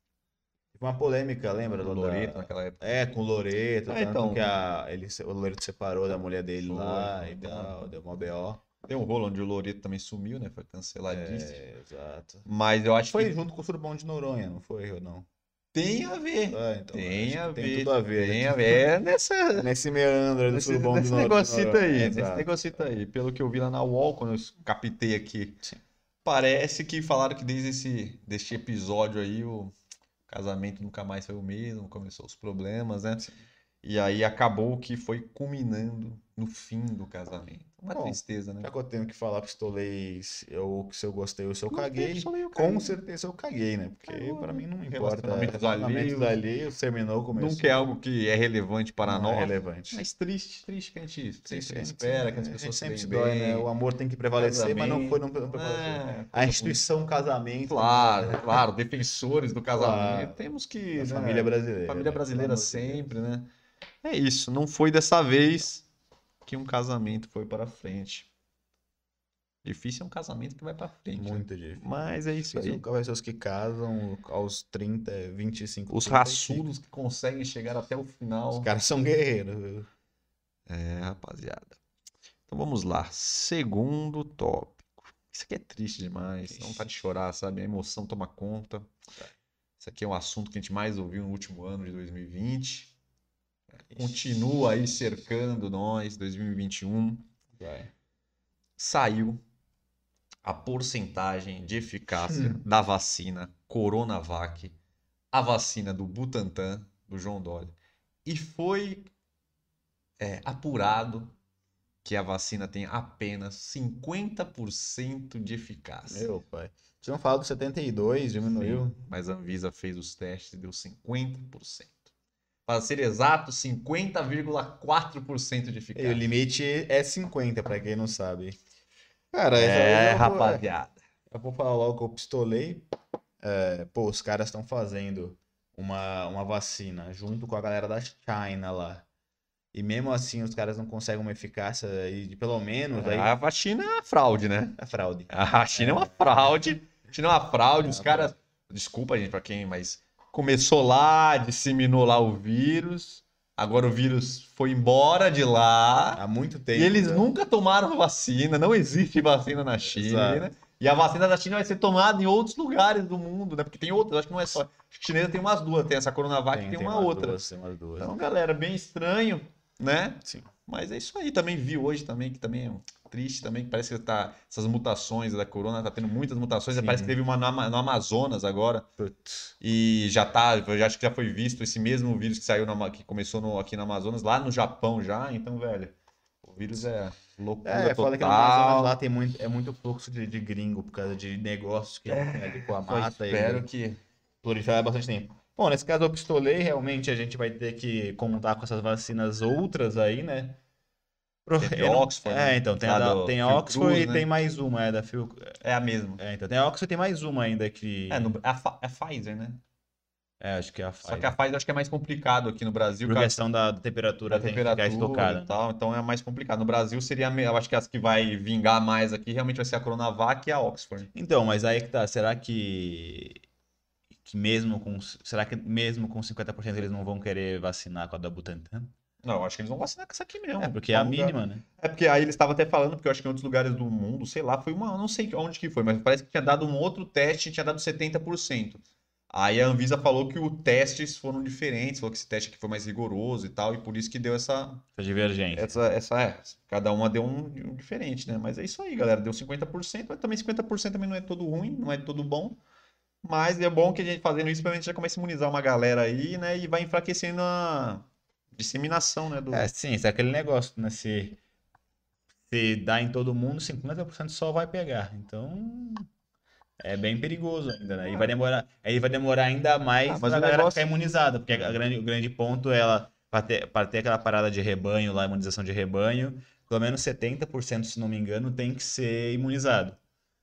B: Uma polêmica, lembra?
A: Do
B: lá da-
A: Loreto naquela época.
B: É, com o Loreto,
A: Ah,
B: tanto
A: então.
B: que a, ele, se- o Loreto separou da mulher dele
A: Foi,
B: lá
A: foi,
B: e
A: deu
B: tal,
A: uma-
B: deu uma B O.
A: Tem um rolo onde o Loreto também sumiu, né? Foi canceladíssimo.
B: É, exato.
A: Mas eu acho
B: Foi
A: que
B: junto com o Surubão de Noronha, não foi ou não?
A: tem a ver.
B: Ah, então,
A: Tem
B: acho
A: a
B: que tem
A: ver.
B: tudo a ver.
A: Tem a ver. É nessa.
B: Nesse meandro aí do
A: Nesse,
B: Surubão de
A: nesse
B: Nor- de
A: negocito
B: Noronha.
A: aí,
B: Exato.
A: nesse negocito aí. Pelo que eu vi lá na U O L, quando eu captei aqui,
B: Sim.
A: parece que falaram que desde esse deste episódio aí o casamento nunca mais foi o mesmo, começou os problemas, né?
B: Sim.
A: E aí acabou que foi culminando no fim do casamento. Uma
B: Bom,
A: tristeza, né?
B: Já que eu tenho que falar pistolei se eu, se eu gostei ou se eu
A: Não tem
B: caguei,
A: pistolei, eu
B: com
A: caguei.
B: certeza eu caguei, né? Porque
A: Cagou,
B: pra
A: né?
B: mim não importa.
A: Relacionamentos
B: Relacionamentos
A: alheios.
B: alheios terminou, começou.
A: Nunca é algo que é relevante para
B: não é
A: nós.
B: relevante.
A: Mas triste, triste que a gente
B: Sim,
A: sempre
B: sim, sim.
A: espera, que as
B: A
A: pessoas
B: gente sempre
A: se
B: se
A: deem
B: dói,
A: bem.
B: né? O amor tem que prevalecer, mas não foi, não, não prevaleceu.
A: É,
B: A instituição casamento.
A: Claro, claro, defensores do casamento.
B: Claro.
A: Temos que.
B: A
A: né,
B: família brasileira.
A: família
B: né?
A: brasileira
B: Pelo amor de Deus.
A: sempre, né? É isso, não foi dessa vez que um casamento foi para frente. Difícil é um casamento que vai para frente. né?
B: Muito difícil.
A: Mas é isso
B: São
A: aí.
B: pessoas que casam aos trinta, vinte e cinco.
A: Os
B: trinta e
A: raçudos que conseguem chegar até o
B: cinco.
A: final.
B: Os caras são guerreiros. viu?
A: É, rapaziada. Então vamos lá. Segundo tópico. Isso aqui é triste demais. Não tá de chorar, sabe? A emoção toma conta. Isso aqui é um assunto que a gente mais ouviu no último ano de dois mil e vinte. Continua aí cercando nós, dois mil e vinte e um.
B: Vai.
A: Saiu a porcentagem de eficácia
B: Hum.
A: da vacina Coronavac, a vacina do Butantan, do João Dória. E foi é, apurado que a vacina tem apenas cinquenta por cento de eficácia.
B: Meu pai. Tinham falado setenta e dois, diminuiu.
A: Sim, mas a Anvisa fez os testes e deu cinquenta por cento. Para ser exato, cinquenta vírgula quatro por cento de
B: E o
A: eficácia.
B: limite é cinquenta, pra quem não sabe. Cara,
A: É,
B: essa- eu vou-
A: rapaziada.
B: Eu vou falar logo que eu pistolei. É, pô, os caras estão fazendo uma, uma vacina junto com a galera da China lá. E mesmo assim os caras não conseguem uma eficácia aí de pelo menos aí
A: A vacina é uma fraude, né?
B: a fraude.
A: A China é uma fraude. A China é uma fraude.
B: É
A: Os
B: uma
A: caras. Desculpa, gente, pra quem, mas começou lá, disseminou lá o vírus. Agora o vírus foi embora de lá.
B: Há muito tempo.
A: E eles
B: já.
A: nunca tomaram vacina. Não existe vacina na China.
B: Exato.
A: E a vacina da China vai ser tomada em outros lugares do mundo, né? Porque tem outras, acho que não é só. Acho que chinesa tem umas duas, tem essa Coronavac e tem, uma
B: umas
A: outra.
B: Duas, tem umas duas.
A: Então, galera, bem estranho, né?
B: Sim.
A: Mas é isso aí, também vi hoje também, que também é triste também, que parece que tá, essas mutações da corona, tá tendo muitas mutações,
B: Sim.
A: parece que teve uma no, Ama- no Amazonas agora,
B: Putz.
A: e já tá, eu já acho que já foi visto esse mesmo vírus que saiu, no Ama- que começou no- aqui no Amazonas, lá no Japão já, então, velho, o vírus é loucura
B: É,
A: total.
B: fala que no Amazonas lá tem muito, é muito fluxo de, de gringo por causa de negócios que tem ali com a
A: Só
B: mata
A: espero
B: e
A: que...
B: proliferar bastante tempo. Bom, nesse caso eu pistolei, realmente a gente vai ter que contar com essas vacinas outras aí, né? Pro-
A: Teve
B: eu não-
A: Oxford,
B: É,
A: né?
B: então, tem a,
A: Lá
B: da-
A: do
B: tem a
A: Fiocruz,
B: Oxford e
A: né?
B: tem mais uma, é da Phil...
A: É a mesma.
B: É, então, tem a Oxford e tem mais uma ainda que...
A: É, no, é, a, Fa- é a Pfizer, né?
B: É, acho que é a
A: Só que
B: Pfizer.
A: a Pfizer acho que é mais complicado aqui no Brasil,
B: Por
A: por causa
B: questão da, da temperatura,
A: da
B: tem que ficar
A: temperatura
B: estocada.
A: e tal, então é mais complicado. No Brasil seria, a me- eu acho que as que vai vingar mais aqui realmente vai ser a Coronavac e a Oxford.
B: Então, mas aí que tá, será que que mesmo com... Será que mesmo com cinquenta por cento eles não vão querer vacinar com a da Butantan?
A: Não, eu acho que eles vão vacinar com essa aqui mesmo.
B: É, porque é a mínima, né?
A: É porque aí eles estavam até falando, porque eu acho que em outros lugares do mundo, sei lá, foi uma. Não sei onde que foi, mas parece que tinha dado um outro teste e tinha dado setenta por cento. Aí a Anvisa falou que os testes foram diferentes, falou que esse teste aqui foi mais rigoroso e tal, e por isso que deu essa.
B: Essa divergência.
A: Essa, essa é. Cada uma deu um, um diferente, né? Mas é isso aí, galera. Deu cinquenta por cento, mas também cinquenta por cento também não é todo ruim, não é todo bom. Mas é bom que a gente fazendo isso, a gente já começa a imunizar uma galera aí, né? E vai enfraquecendo a disseminação, né? Do...
B: É, sim, isso é aquele negócio, né? Se, se dá em todo mundo, cinquenta por cento só vai pegar. Então, é bem perigoso ainda, né? E vai demorar, aí vai demorar ainda mais
A: Ah, mas
B: pra
A: o
B: galera
A: negócio-
B: ficar imunizada. Porque a grande, o grande ponto é ela, pra ter, pra ter aquela parada de rebanho lá, imunização de rebanho, pelo menos setenta por cento, se não me engano, tem que ser imunizado.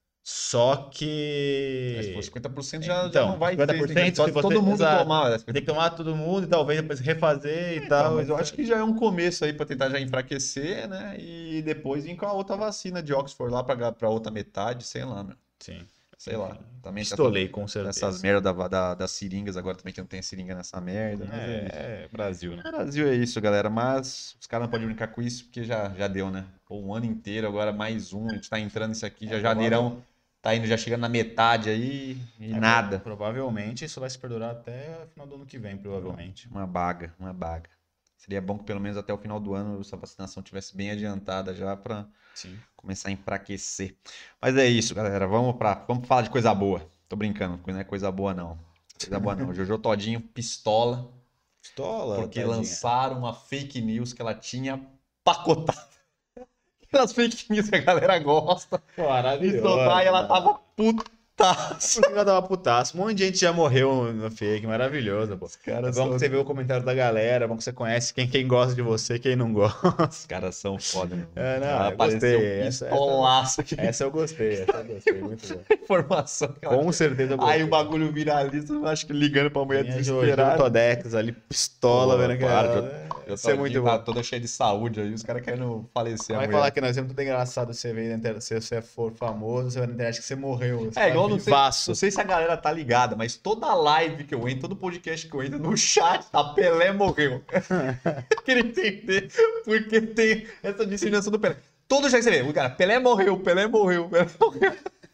B: Só que...
A: Se for cinquenta por cento já,
B: Então,
A: já não vai
B: cinquenta por cento
A: ter. Só
B: se
A: se
B: você-
A: todo mundo
B: exato.
A: tomar. né?
B: Tem que tomar todo mundo e talvez depois refazer e
A: Então,
B: tal.
A: mas eu acho que já é um começo aí pra tentar já enfraquecer, né? E depois vir com a outra vacina de Oxford lá pra, pra outra metade, sei lá, meu.
B: Sim.
A: Sei lá. Também tem
B: Pistolei, com certeza.
A: essas merda da, da- das seringas agora também, que não tem seringa nessa merda. Mas é isso.
B: É, é Brasil, né?
A: No Brasil é isso, galera. Mas os caras não podem brincar com isso porque já, já deu, né? Pô, um ano inteiro, agora mais um. A gente tá entrando nisso aqui, já
B: É,
A: janeirão tá indo, já chegando na metade aí e
B: É,
A: nada.
B: Provavelmente isso vai se perdurar até o final do ano que vem, provavelmente.
A: Uma baga, uma baga. Seria bom que pelo menos até o final do ano essa vacinação tivesse bem adiantada já pra
B: Sim.
A: começar a enfraquecer. Mas é isso, galera. Vamos para, vamos falar de coisa boa. Tô brincando, não é coisa boa não. Coisa boa não. Jojo Todinho pistola
B: Pistola,
A: porque
B: tadinha.
A: lançaram uma fake news que ela tinha pacotado. Aquelas fake news que a galera gosta
B: Pô,
A: de
B: maravilhoso.
A: soltar e ela
B: né?
A: tava putaça.
B: Ela tava putaço. Um monte de gente já morreu no fake, maravilhoso, pô.
A: Os
B: É
A: caras
B: bom
A: são,
B: que você vê o comentário da galera, é bom que você conhece quem, quem gosta de você e quem não gosta.
A: os caras são foda. Né?
B: É, não,
A: Ela
B: eu
A: apareceu
B: gostei. Essa-
A: pistolaço aqui.
B: Essa eu gostei, essa eu gostei, muito bom.
A: Informação que ela
B: Com certeza eu gostei.
A: Aí o bagulho viraliza, eu acho que ligando pra mulher
B: Minha Jojo
A: desesperada.
B: Todex ali, pistola,
A: Pô,
B: vendo
A: para,
B: aquela...
A: Eu
B: Isso é muito
A: tá
B: bom.
A: toda cheia de saúde aí, os caras querendo falecer a
B: Vai
A: mulher.
B: falar que nós é muito engraçado você ver na internet, se você for famoso, você vai na internet que você morreu. Você
A: É,
B: tá
A: igual, não sei,
B: vivaço.
A: não sei se a galera tá ligada, mas toda live que eu entro, todo podcast que eu entro, no chat, a Pelé morreu. Eu queria entender por que tem essa disseminação do Pelé. Todo dia que você vê, o cara, Pelé morreu, Pelé morreu, Pelé morreu.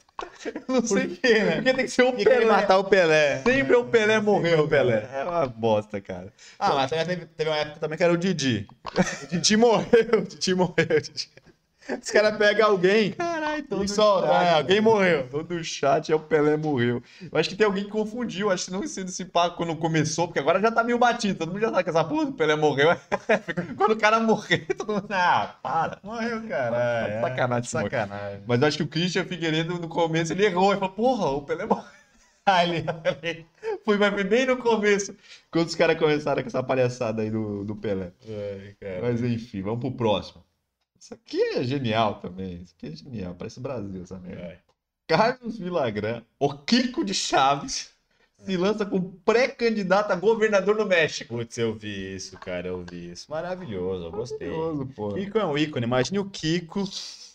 A: Eu não sei
B: quê, né?
A: Porque tem que ser o
B: Por que querem
A: Pelé.
B: matar o Pelé?
A: Sempre o Pelé morreu,
B: o Pelé.
A: cara. É uma bosta, cara.
B: Ah, mas também teve, teve uma época também que era o Didi. O Didi morreu, o Didi morreu. o Didi. Os caras pegam alguém
A: Caralho,
B: e soltam,
A: chat,
B: ah, alguém
A: mano.
B: morreu.
A: Todo chat é o Pelé morreu. Eu acho que tem alguém que confundiu. Acho que não sei se pá quando começou, porque agora já tá meio batido. Todo mundo já sabe que essa porra do Pelé morreu. Quando o cara morrer, todo mundo. Ah, para.
B: Morreu, caralho.
A: Tá de sacanagem,
B: é, sacanagem.
A: Mas eu acho que o Christian Figueiredo, no começo, ele errou. Ele falou, porra, o Pelé morreu. Aí ele, ele foi, mas foi bem no começo, quando os caras começaram com essa palhaçada aí do, do Pelé.
B: Ai, cara.
A: Mas enfim, vamos pro próximo. Isso aqui é genial também. Isso aqui é genial. Parece o Brasil, essa merda.
B: Vai.
A: Carlos Villagrán, o Kiko de Chaves, se lança como pré-candidato a governador no México.
B: Putz, eu vi isso, cara, eu vi isso. Maravilhoso, eu gostei.
A: Maravilhoso, pô.
B: Kiko é um ícone, imagine o Kiko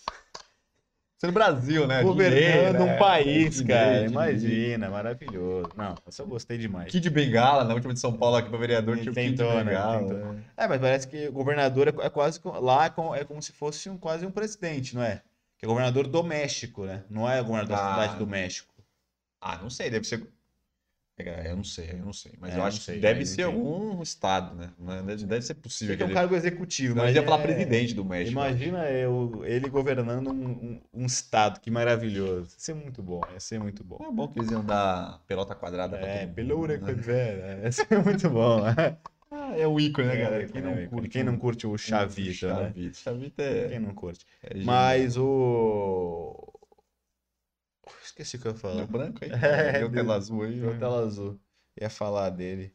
A: Sendo Brasil, né?
B: governando
A: Dinei,
B: um
A: né?
B: país,
A: Dinei,
B: cara.
A: dinei.
B: Imagina, maravilhoso. Não, isso eu gostei demais.
A: Kid Bengala, na última de São Paulo aqui pra vereador, tinha o Kid
B: Tentou, né?
A: Bengala.
B: Tentou. É, mas parece que o governador é, é quase co- lá é como, é como se fosse um, quase um presidente, não é? Que é governador do México, né? Não é governador da
A: Ah.
B: cidade do México.
A: Ah, não sei, deve ser. É, eu não sei, eu não sei. Mas
B: É,
A: eu
B: não
A: acho
B: sei,
A: que deve
B: mas
A: ser
B: enfim.
A: algum estado, né? Não é- Deve, deve ser possível.
B: Sei que é um
A: ele-
B: cargo executivo,
A: Senão
B: mas
A: ele ia falar
B: é-
A: presidente do México.
B: Imagina eu, ele governando um, um, um estado, que maravilhoso. Ia ser muito bom, ia ser muito bom.
A: É bom que eles iam dar pelota quadrada pra
B: É,
A: todo mundo.
B: pelo
A: né?
B: Uraquavera, ia ser muito bom.
A: Ah, é o ícone, né, galera?
B: Quem não, curte, quem não curte o Chavita, né?
A: Chavita. Chavita é.
B: Quem não curte.
A: é genial.
B: Mas o... Esqueci o que eu ia
A: Deu
B: falar.
A: branco aí?
B: É,
A: Deu
B: deu-
A: tela azul aí.
B: Deu
A: né?
B: tela azul. Ia falar dele.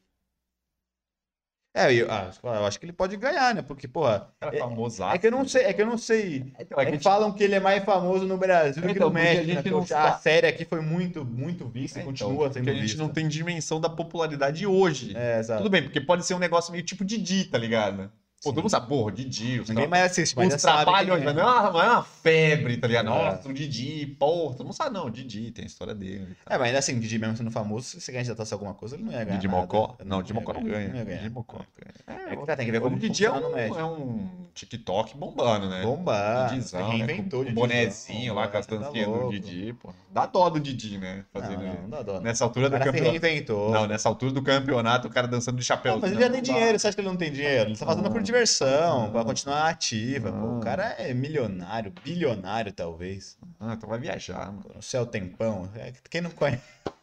B: É, eu, ah, eu acho que ele pode ganhar, né? Porque, porra,
A: Cara
B: é,
A: famoso.
B: é que eu não sei, é que eu não sei.
A: Então, é
B: É
A: que
B: que
A: a gente-
B: falam que ele é mais famoso no Brasil do que
A: Então,
B: no
A: porque a
B: México,
A: gente
B: né? Porque
A: não
B: a
A: sa-
B: série aqui foi muito, muito vista e
A: Então,
B: continua
A: porque
B: sendo
A: a gente
B: vista.
A: não tem dimensão da popularidade hoje.
B: É, exato.
A: Tudo bem, porque pode ser um negócio meio tipo Didi, tá ligado? Pô, todo mundo sabe, porra, o Didi, os
B: Ninguém
A: tra-
B: mais assiste, mas
A: os
B: já sabe
A: trapalhões,
B: quem é.
A: mas não é, uma, não é uma febre, tá ligado?
B: É.
A: Nossa, o Didi, porra, todo mundo sabe, não, o Didi tem a história dele. e tal.
B: É, mas ainda assim, o Didi mesmo sendo famoso, se ele candidatasse a alguma coisa, ele não ia ganhar
A: Didi
B: nada.
A: Mocó?
B: Ele
A: Não, Didi
B: ia
A: Mocó não
B: ganhar,
A: ganha.
B: Não ia ganhar.
A: Didi Mocó não ganha.
B: É que tá, tem que ver
A: o
B: como
A: Didi é
B: funciona no
A: um,
B: México.
A: é um TikTok bombando, né?
B: Bombar,
A: Didizão,
B: reinventou
A: né? Com
B: o
A: o
B: Didizão,
A: bonezinho lá, com as
B: tá
A: dancinhas do
B: louco.
A: Didi, pô. Dá dó do Didi, né?
B: Não,
A: Fazendo
B: não, não dá dó. Não.
A: Nessa altura
B: O
A: do
B: cara se
A: campeonato.
B: reinventou.
A: Não, nessa altura do campeonato, o cara dançando de chapéu.
B: Não, mas ele já tem dinheiro, você acha que ele não tem dinheiro? Ele tá fazendo por
A: Não.
B: diversão,
A: Não.
B: pra continuar ativa. Pô.
A: Não.
B: O cara é milionário, bilionário talvez.
A: Ah, então vai viajar, mano.
B: No céu tempão. É, quem não conhece?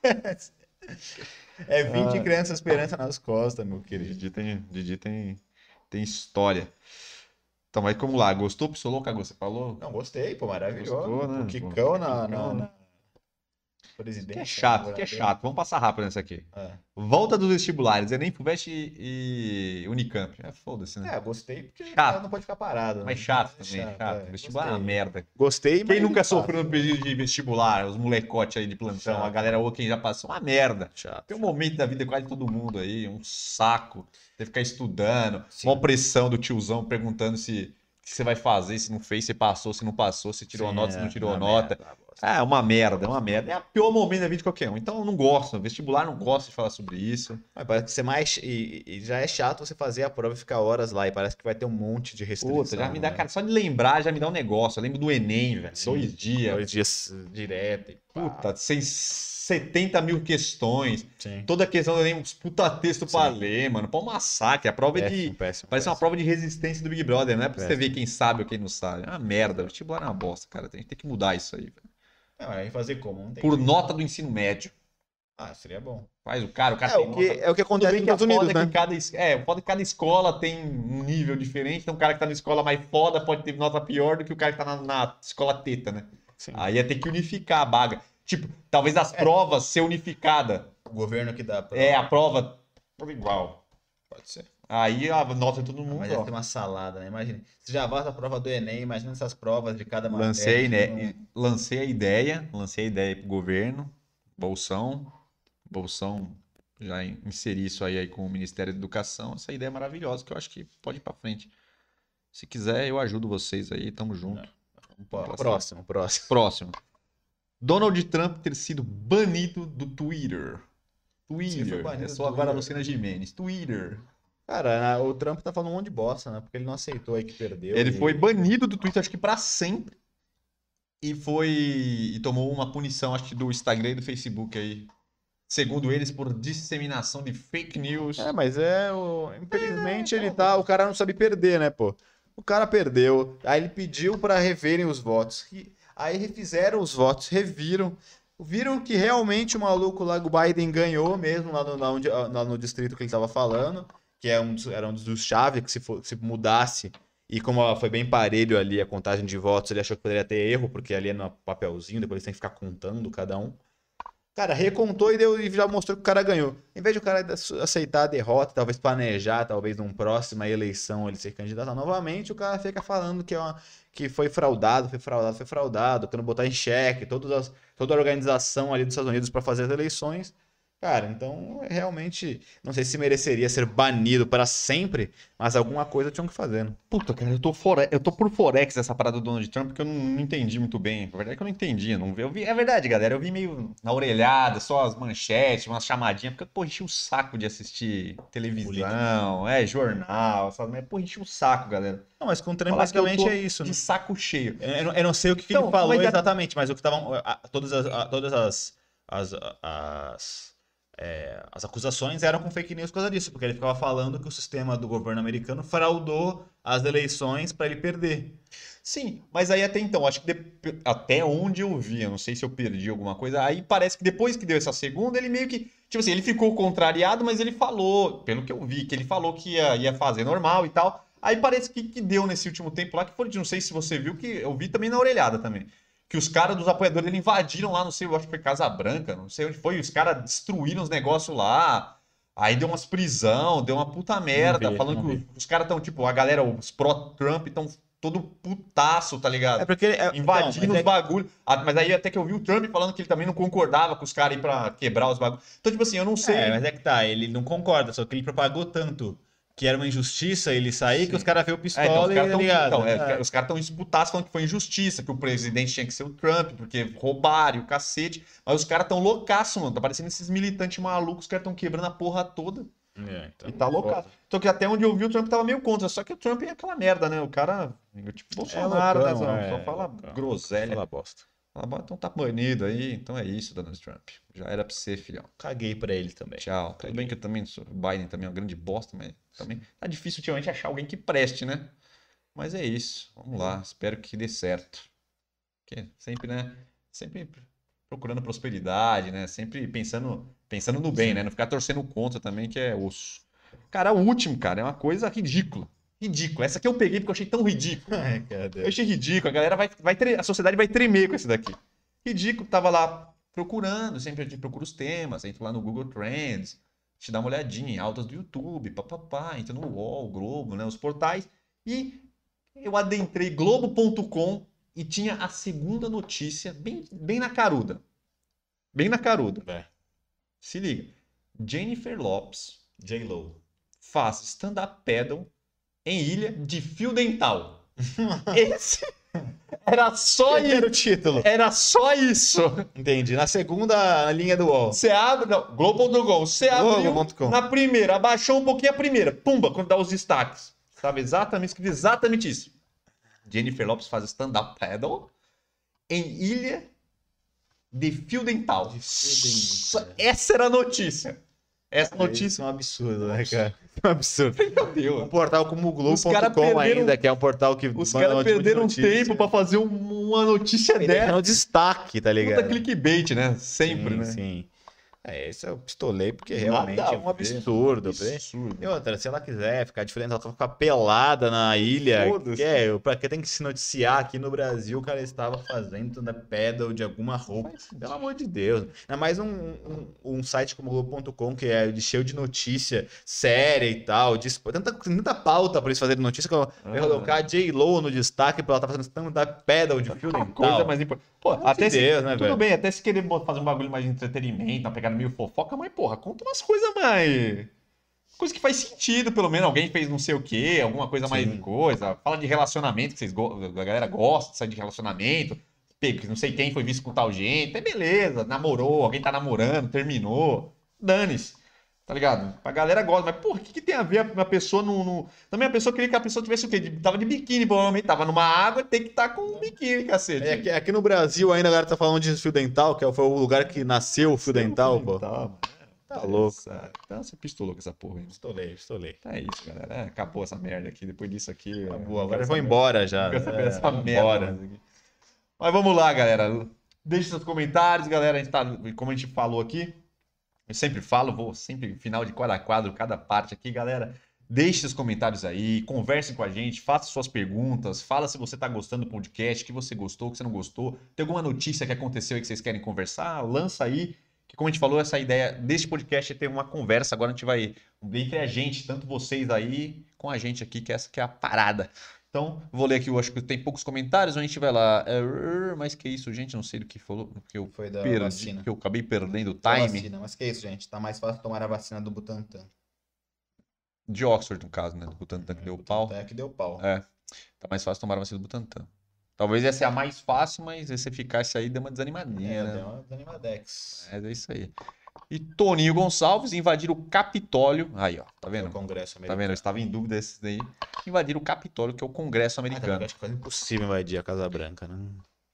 B: É vinte
A: Ah.
B: crianças esperança nas costas, meu querido.
A: Didi tem, Didi tem, tem história. Então, mas como lá? Gostou, Pistolou, cagou? Você falou?
B: Não, gostei, pô, maravilhoso.
A: Gostou, né?
B: O Kikão na, na,
A: Kikão.
B: na presidência.
A: Que é chato, que é
B: governador.
A: chato. Vamos passar rápido nessa aqui.
B: É.
A: Volta dos vestibulares, Enem, Fuvest e, e Unicamp. É foda-se, né?
B: É, gostei porque
A: Chato.
B: o cara não pode ficar parado.
A: Mas
B: né?
A: chato
B: É
A: também, chato.
B: é,
A: Vestibular é uma
B: gostei.
A: merda.
B: Gostei, mas
A: Quem nunca
B: ele
A: sofreu no pedido de vestibular? Os molecotes aí de plantão,
B: Chato.
A: a galera ou quem já passou, uma merda.
B: Chato.
A: Tem um momento da vida de quase todo mundo aí, um saco. Tem que ficar estudando,
B: Sim.
A: uma pressão do tiozão perguntando se o que você vai fazer, se não fez, se passou, se não passou, se tirou
B: Sim,
A: nota, se
B: é,
A: não tirou
B: uma
A: nota.
B: merda, uma bosta.
A: Ah, é uma merda, é uma merda. É o pior momento da vida de qualquer um. Então eu não gosto. Vestibular não gosto de falar sobre isso.
B: Mas parece ser mais. E, e já é chato você fazer a prova e ficar horas lá. E parece que vai ter um monte de restrição.
A: Puta, já me dá,
B: né?
A: cara, só de lembrar já me dá um negócio. Eu lembro do Enem, velho.
B: Sim.
A: Dois dias.
B: Dois dias direto. E pá.
A: Puta, sem setenta mil questões.
B: Sim.
A: Toda questão eu lembro uns puta texto pra
B: Sim.
A: ler, mano. Pra um massacre. A prova é
B: Péssimo,
A: de.
B: péssimo.
A: Parece uma
B: péssimo.
A: prova de resistência do Big Brother, não é pra você
B: Péssimo.
A: ver quem sabe ou quem não sabe. É uma merda. O vestibular é uma bosta, cara. Tem, tem que mudar isso aí, velho.
B: Não, aí fazer como? Não tem
A: Por
B: jeito.
A: nota do ensino médio.
B: Ah, seria bom.
A: Faz o cara, o cara
B: É
A: tem
B: o, que,
A: nota-
B: é o que
A: Tudo
B: acontece
A: bem
B: nos
A: que a
B: Estados Unidos,
A: foda é
B: né?
A: que cada, es- é, o foda é que cada escola tem um nível diferente. Então, o cara que tá na escola mais foda pode ter nota pior do que o cara que tá na, na escola teta, né?
B: Sim.
A: Aí ia ter que unificar a baga. Tipo, talvez as
B: É.
A: provas ser unificada.
B: O governo que dá pra...
A: É, a prova tudo igual.
B: Pode ser.
A: Aí a nota de todo mundo,
B: Mas
A: ó.
B: deve ter uma salada, né? Imagina. Você já volta a prova do Enem, imagina essas provas de cada matéria.
A: Lancei, né?
B: que não-
A: e- Lancei a ideia, lancei a ideia pro governo, Bolsão, Bolsão já in- inseri isso aí, aí com o Ministério da Educação. Essa ideia é maravilhosa, que eu acho que pode ir pra frente. Se quiser, eu ajudo vocês aí, tamo junto.
B: Pô, Próximo, próximo.
A: Próximo. Donald Trump ter sido banido do Twitter.
B: Sim,
A: Twitter.
B: foi banido
A: É
B: do
A: só agora a
B: Twitter.
A: Lucina Gimenez. Twitter.
B: Cara, o Trump tá falando um monte de bosta, né? Porque ele não aceitou aí que perdeu.
A: Ele
B: e-
A: foi banido do Twitter, acho que pra sempre. E foi. E tomou uma punição, acho que do Instagram e do Facebook aí. Segundo eles, por disseminação de fake news.
B: É, mas é. O... Infelizmente ele tá. O cara não sabe perder, né, pô? O cara perdeu. Aí ele pediu pra reverem os votos. E aí refizeram os votos, reviram. Viram que realmente o maluco lá, o Biden, ganhou mesmo lá no, lá onde- lá no distrito que ele tava falando. Que é um dos, era um dos chave que se, for- se mudasse. E como ó, foi bem parelho ali a contagem de votos, ele achou que poderia ter erro, porque ali é no papelzinho, depois tem que ficar contando cada um. Cara, recontou e, deu, e já mostrou que o cara ganhou. Em vez de o cara aceitar a derrota, talvez planejar, talvez numa próxima eleição ele ser candidato novamente, o cara fica falando que, é uma, que foi fraudado, foi fraudado, foi fraudado, querendo botar em xeque todas as, toda a organização ali dos Estados Unidos para fazer as eleições. Cara, então realmente não sei se mereceria ser banido para sempre, mas alguma coisa tinham que fazer, né?
A: Puta, cara, eu tô, fore... eu tô por Forex essa parada do Donald Trump, porque eu não, não entendi muito bem. A verdade é que eu não entendi. Não vi... Eu vi... É verdade, galera. Eu vi meio na orelhada, só as manchetes, umas chamadinhas, porque, pô, enchi o saco de assistir televisão, é, jornal, sabe? Mas, pô, enchi o saco, galera.
B: Não, mas com o Trump
A: Falar que eu
B: basicamente
A: tô
B: é isso, né?
A: De saco cheio.
B: Eu, não- eu não sei o que, que
A: Então,
B: ele falou
A: mas é-
B: exatamente, mas o que estavam. a- Todas as, a- todas as, as, as, é, as acusações eram com fake news por causa disso, porque ele ficava falando que o sistema do governo americano fraudou as eleições para ele perder.
A: Sim, mas aí até então, acho que de- até onde eu vi, eu não sei se eu perdi alguma coisa, aí parece que depois que deu essa segunda, ele meio que, tipo assim, ele ficou contrariado, mas ele falou, pelo que eu vi, que ele falou que ia, ia fazer normal e tal. Aí parece que, que deu nesse último tempo lá, que foi, não sei se você viu, que eu vi também na orelhada também, que os caras dos apoiadores dele invadiram lá, não sei, eu acho que foi Casa Branca, não sei onde foi, e os caras destruíram os negócios lá. Aí deu umas prisão, deu uma puta merda,
B: vi,
A: falando
B: não
A: que
B: vi.
A: os, os caras estão, tipo, a galera, os pró-Trump estão todo putaço, tá ligado?
B: É porque. É,
A: Invadindo
B: então, mas
A: os bagulhos. Ah, mas aí até que eu vi o Trump falando que ele também não concordava com os caras aí pra quebrar os bagulhos. Então, tipo assim, eu não sei.
B: É, mas é que tá, ele não concorda, só que ele propagou tanto que era uma injustiça ele sair,
A: Sim.
B: que os caras vê o
A: É,
B: pistola
A: então, os
B: e
A: caras
B: tá ligado.
A: então, é,
B: É.
A: os caras estão disputados falando que foi injustiça, que o presidente tinha que ser o Trump, porque roubaram e o cacete. Mas os caras tão loucaços, mano. Tá parecendo esses militantes malucos, os caras tão quebrando a porra toda.
B: É, então,
A: E tá loucaço. Então, que até onde eu vi, o Trump tava meio contra. Só que o Trump é aquela merda, né? O cara, tipo Bolsonaro,
B: loucão,
A: né? Só
B: é,
A: fala
B: loucão.
A: groselha.
B: Fala bosta.
A: Fala, "Bom, então tá banido aí. Então é isso, Donald Trump. Já era pra ser, filhão.
B: Caguei pra ele também.
A: Tchau. Tudo bem que eu também sou. O Biden também é uma grande bosta, mas também tá difícil ultimamente achar alguém que preste, né? Mas é isso. Vamos lá. Espero que dê certo. Porque sempre, né? Sempre procurando prosperidade, né? Sempre pensando, pensando no bem, né? Não ficar torcendo contra também, que é osso. Cara, o último, cara, é uma coisa ridícula. Ridícula. Essa aqui eu peguei porque eu achei tão ridículo.
B: Ai, cadê?
A: Eu achei ridículo. A galera vai, vai tre- a sociedade vai tremer com esse daqui. Ridículo. Tava lá procurando, sempre a gente procura os temas, entra lá no Google Trends, te dá uma olhadinha em altas do YouTube, papapá, entra no U O L, Globo, né, os portais, e eu adentrei globo ponto com e tinha a segunda notícia bem, bem na caruda. Bem na caruda.
B: É.
A: Se liga. Jennifer Lopez
B: J-Lo.
A: faz stand-up paddle em ilha de fio dental. Esse era só
B: Esse era o
A: isso.
B: título.
A: Era só isso.
B: Entendi. Na segunda linha do U O L.
A: Você abre, não, globo ponto com, você abriu
B: Globo ponto com.
A: na primeira, abaixou um pouquinho a primeira, pumba, quando dá os destaques. Sabe exatamente, escreve exatamente isso. Jennifer Lopez faz stand-up paddle em ilha de fio dental.
B: De fio dental.
A: Essa era a notícia. Essa
B: Isso
A: notícia.
B: é um absurdo, né, cara? É um absurdo.
A: Meu
B: Um
A: Deus.
B: portal como o
A: Os cara
B: Globo ponto com
A: perderam-
B: ainda, que é um portal que
A: Os
B: manda
A: caras
B: um tipo de
A: perderam
B: notícia.
A: tempo pra fazer um- uma notícia
B: Ele
A: dessa.
B: é um destaque, tá ligado?
A: Puta clickbait, né? Sempre,
B: sim,
A: né?
B: Sim. É, esse eu pistolei porque
A: Nada
B: realmente
A: a
B: é um
A: ver.
B: absurdo.
A: Absurdo.
B: E outra, se ela quiser ficar diferente, ela ficar pelada na ilha.
A: Foda-se.
B: Que é, pra que tem que se noticiar aqui no Brasil, o cara estava fazendo na pedal de alguma roupa.
A: Faz sentido.
B: Pelo amor de Deus. Ainda mais um, um, um site como o Globo ponto com, que é de- cheio de notícia séria e tal. De, tanta, tanta pauta pra eles fazerem notícia que eu
A: Ah.
B: vou colocar a J-Lo no destaque pra ela estar fazendo stand-up pedal de fio
A: Uma
B: dental.
A: coisa mais importante. Pô,
B: Pelo amor
A: até
B: de
A: se,
B: Deus, né,
A: tudo
B: velho?
A: bem, até se querer botar- fazer um bagulho mais de entretenimento, uma pegada meio fofoca, mas porra, conta umas coisas mais. Coisa que faz sentido, pelo menos. Alguém fez não sei o quê, alguma coisa mais
B: Sim.
A: coisa. Fala de relacionamento, que vocês go... a galera gosta de sair de relacionamento. Pe- Não sei quem foi visto com tal gente. É beleza, namorou, alguém tá namorando, terminou. Dane-se. Tá ligado? A galera gosta, mas porra, o que, que tem a ver a pessoa no, no. Também a pessoa queria que a pessoa tivesse o quê? De- Tava de biquíni, provavelmente. Tava numa água, tem que estar com um biquíni, cacete.
B: É, aqui, aqui no Brasil ainda a galera tá falando de fio dental, que foi o lugar que nasceu o fio dental, pô.
A: Dental,
B: Tá
A: mano.
B: louco.
A: Essa- Então você pistolou com essa porra aí.
B: Pistolei, pistolei.
A: Tá é isso, galera. É, acabou essa merda aqui. Depois disso aqui.
B: Acabou, agora eu vou embora já.
A: Não quero saber dessa
B: É,
A: merda.
B: bora.
A: mais aqui. Mas vamos lá, galera. Deixe seus comentários, galera. A gente tá, como a gente falou aqui, eu sempre falo, vou sempre final de quadro a quadro, cada parte aqui, galera. Deixe seus comentários aí, conversem com a gente, faça suas perguntas, fala se você tá gostando do podcast, que você gostou, que você não gostou. Tem alguma notícia que aconteceu aí que vocês querem conversar? Lança aí. Que como a gente falou, essa ideia deste podcast é ter uma conversa. Agora a gente vai entre a gente, tanto vocês aí, com a gente aqui, que essa que é a parada. Então, vou ler aqui, eu acho que tem poucos comentários, a gente vai lá. É, mas que isso, gente, não sei do que falou, porque eu
B: Foi da
A: perdi,
B: vacina.
A: porque eu acabei perdendo o
B: Da
A: time.
B: vacina, mas que isso, gente? Tá mais fácil tomar a vacina do Butantan.
A: De Oxford, no caso, né? Do Butantan que deu pau.
B: Butantan é que deu pau.
A: É, tá mais fácil tomar a vacina do Butantan. Talvez essa é a mais fácil, mas essa eficácia aí deu uma desanimadinha,
B: É,
A: né?
B: deu uma Animadex.
A: Mas é isso aí. E Toninho Gonçalves invadiram o Capitólio. Aí, ó, tá
B: O
A: vendo?
B: Congresso
A: Tá
B: americano.
A: vendo? Eu estava em dúvida desses daí. Invadiram o Capitólio, que é o Congresso
B: Ah, também
A: americano.
B: acho que quase impossível invadir a Casa Branca, né?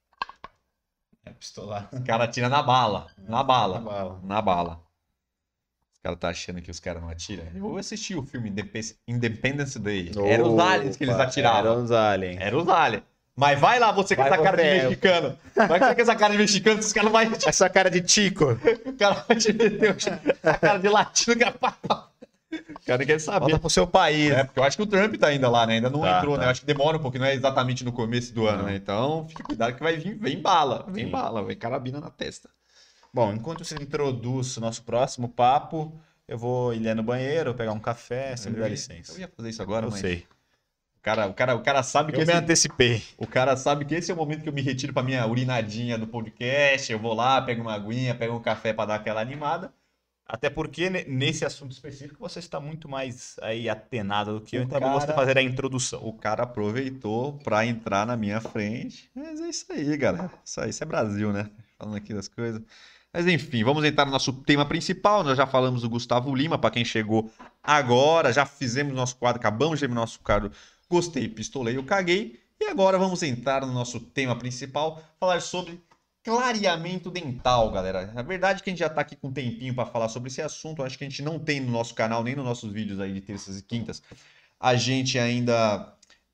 B: É pistolar.
A: Os caras atiram na bala. Na bala.
B: Na bala.
A: Na bala. Os caras tá achando que os caras não atiram. Eu assisti o filme Indep- Independence Day. Era os aliens que eles
B: Opa,
A: atiravam.
B: Eram os aliens.
A: Era os aliens. Mas vai lá, você com
B: Vai
A: essa cara de
B: você.
A: mexicano. Vai com essa cara de mexicano, os caras não vão te...
B: Essa cara de Tico.
A: O cara vai te meter a cara de latino. Que... O cara quer saber.
B: Volta pro seu país.
A: É, porque eu acho que o Trump tá ainda lá, né? Ainda não
B: Tá,
A: entrou,
B: tá.
A: né? Eu acho que demora um pouquinho, não é exatamente no começo do ano,
B: Não.
A: né? Então, fique cuidado que vai vir, vem bala. Vem
B: Sim.
A: bala, vem carabina na testa.
B: Bom, enquanto você introduz o nosso próximo papo, eu vou ir no banheiro, pegar um café, você me
A: eu
B: dá
A: ia,
B: licença.
A: Eu ia fazer isso agora,
B: Eu
A: mas
B: sei.
A: O, cara, o, cara, o cara sabe que
B: Eu me
A: esse,
B: antecipei.
A: o cara sabe que esse é o momento que eu me retiro pra minha urinadinha do podcast. Eu vou lá, pego uma aguinha, pego um café pra dar aquela animada.
B: Até porque ne- nesse assunto específico você está muito mais aí atenado do que eu,
A: O
B: então é bom você
A: cara,
B: fazer a introdução.
A: o cara aproveitou pra entrar na minha frente. Mas é isso aí, galera. Isso aí, isso é Brasil, né? Falando aqui das coisas. Mas enfim, vamos entrar no nosso tema principal. Nós já falamos do Gustavo Lima, para quem chegou agora. Já fizemos nosso quadro, acabamos de terminar nosso quadro. Gostei, pistolei, eu caguei. E agora vamos entrar no nosso tema principal, falar sobre clareamento dental, galera. A verdade é que a gente já tá aqui com um tempinho para falar sobre esse assunto. Acho que a gente não tem no nosso canal, nem nos nossos vídeos aí de terças e quintas. A gente ainda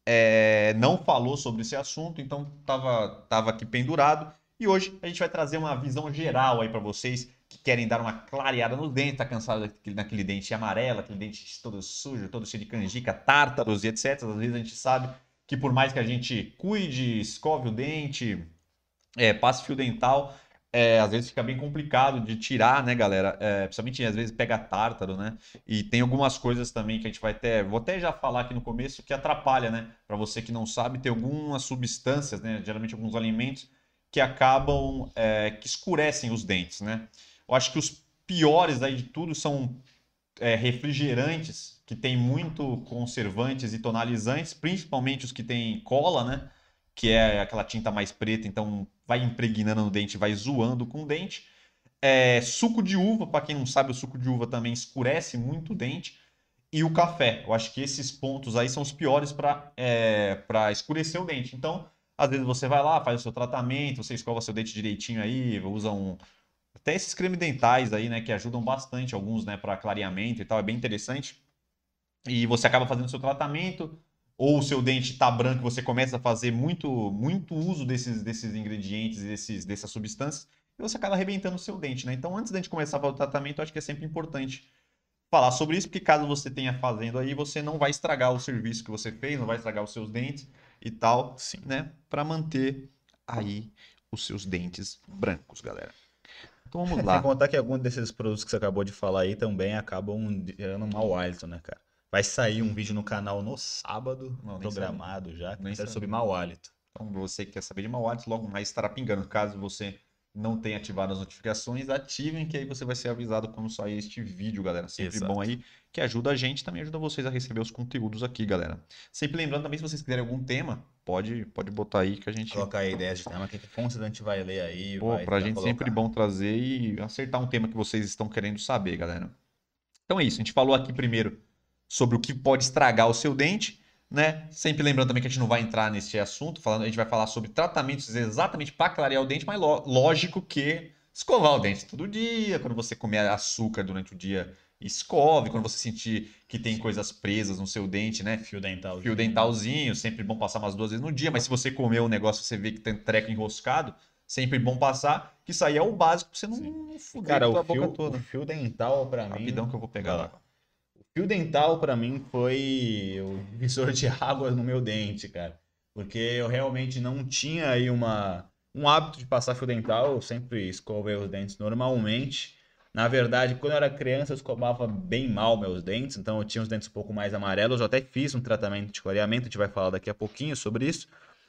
A: é, não falou sobre esse assunto, então tava, tava aqui pendurado. E hoje a gente vai trazer uma visão geral aí para vocês que querem dar uma clareada nos dentes, tá cansado daquele, daquele dente amarelo, aquele dente todo sujo, todo cheio de canjica, tártaros e etcétera. Às vezes a gente sabe que por mais que a gente cuide, escove o dente, é, passe fio dental, é, às vezes fica bem complicado de tirar, né, galera? É, principalmente às vezes pega tártaro, né? E tem algumas coisas também que a gente vai até, vou até já falar aqui no começo, que atrapalha, né? Para você que não sabe, tem algumas substâncias, né? Geralmente alguns alimentos que acabam, é, que escurecem os dentes, né? Eu acho que os piores aí de tudo são é, refrigerantes que tem muito conservantes e tonalizantes, principalmente os que tem cola, né? Que é aquela tinta mais preta, então vai impregnando no dente, vai zoando com o dente. É, suco de uva, para quem não sabe, o suco de uva também escurece muito o dente. E o café. Eu acho que esses pontos aí são os piores para é, para escurecer o dente. Então, às vezes você vai lá, faz o seu tratamento, você escova seu dente direitinho aí, usa um, até esses cremes dentais aí, né, que ajudam bastante, alguns, né, para clareamento e tal, é bem interessante. E você acaba fazendo o seu tratamento, ou o seu dente tá branco, você começa a fazer muito, muito uso desses, desses ingredientes, desses, dessas substâncias, e você acaba arrebentando o seu dente, né? Então, antes da gente começar a fazer o tratamento, eu acho que é sempre importante falar sobre isso, porque caso você tenha fazendo aí, você não vai estragar o serviço que você fez, não vai estragar os seus dentes e tal,
B: Sim.
A: né? Para manter aí os seus dentes brancos, galera. Então vamos
B: Sem
A: lá.
B: contar que alguns desses produtos que você acabou de falar aí também acabam gerando mau hálito, né, cara? Vai sair um vídeo no canal no sábado,
A: Não, nem
B: programado já, que
A: nem
B: vai ser
A: sabia.
B: sobre mau hálito.
A: Então, você que quer saber de mau hálito, logo mais estará pingando. Caso você não tenha ativado as notificações, ativem que aí você vai ser avisado quando sair este vídeo, galera. Sempre
B: Exato.
A: bom aí, que ajuda a gente, também ajuda vocês a receber os conteúdos aqui, galera. Sempre lembrando também, se vocês quiserem algum tema, pode, pode botar aí que a gente...
B: Colocar aí ideias de tema que com certeza a gente vai ler aí,
A: Pô,
B: vai
A: pra
B: tentar
A: gente sempre
B: colocar.
A: bom trazer e acertar um tema que vocês estão querendo saber, galera. Então é isso, a gente falou aqui primeiro sobre o que pode estragar o seu dente, né? Sempre lembrando também que a gente não vai entrar nesse assunto, falando, a gente vai falar sobre tratamentos exatamente para clarear o dente, mas lógico que escovar o dente todo dia, quando você comer açúcar durante o dia, escove, quando você sentir que tem coisas presas no seu dente, né?
B: Fio dental.
A: Fio dentalzinho, sempre bom passar umas duas vezes no dia, mas se você comer um negócio, você vê que tem treco enroscado, sempre bom passar, que isso aí é o básico pra você não, não fuder
B: Cara,
A: com a
B: o
A: tua boca
B: fio, o
A: toda.
B: fio dental pra
A: Rapidão
B: mim.
A: que eu vou pegar
B: Vai
A: lá.
B: lá. O fio dental pra mim foi o divisor de águas no meu dente, cara. Porque eu realmente não tinha aí uma, um hábito de passar fio dental, eu sempre escovei os dentes normalmente. Na verdade, quando eu era criança, eu escovava bem mal meus dentes, então eu tinha os dentes um pouco mais amarelos. Eu até fiz um tratamento de clareamento, a gente vai falar daqui a pouquinho sobre isso.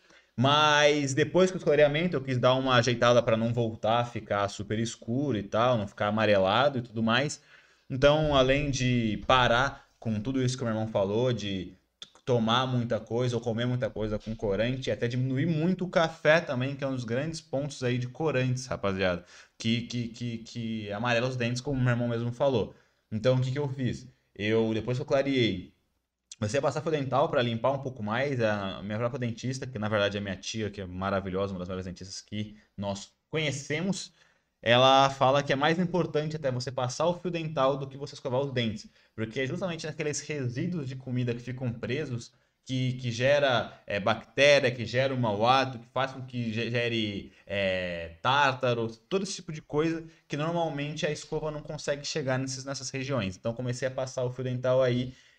B: Mas depois que o clareamento, eu quis dar uma ajeitada para não voltar a ficar super escuro e tal, não ficar amarelado e tudo mais. Então, além de parar com tudo isso que o meu irmão falou, de tomar muita coisa ou comer muita coisa com corante, e até diminuir muito o café também, que é um dos grandes pontos aí de corantes, rapaziada, que, que, que, que amarela os dentes, como o meu irmão mesmo falou. Então, o que, que eu fiz? Eu, depois que eu clareei, comecei a passar fio dental para limpar um pouco mais. A minha própria dentista, que na verdade é minha tia, que é maravilhosa, uma das melhores dentistas que nós conhecemos, ela fala que é mais importante até você passar o fio dental do que você escovar os dentes. Porque é justamente naqueles resíduos de comida que ficam presos que, que gera é, bactéria, que gera um mau hálito, que faz com que gere é, tártaro, todo esse tipo de coisa que normalmente a escova não consegue chegar nesses, nessas regiões. Então comecei a passar o fio dental aí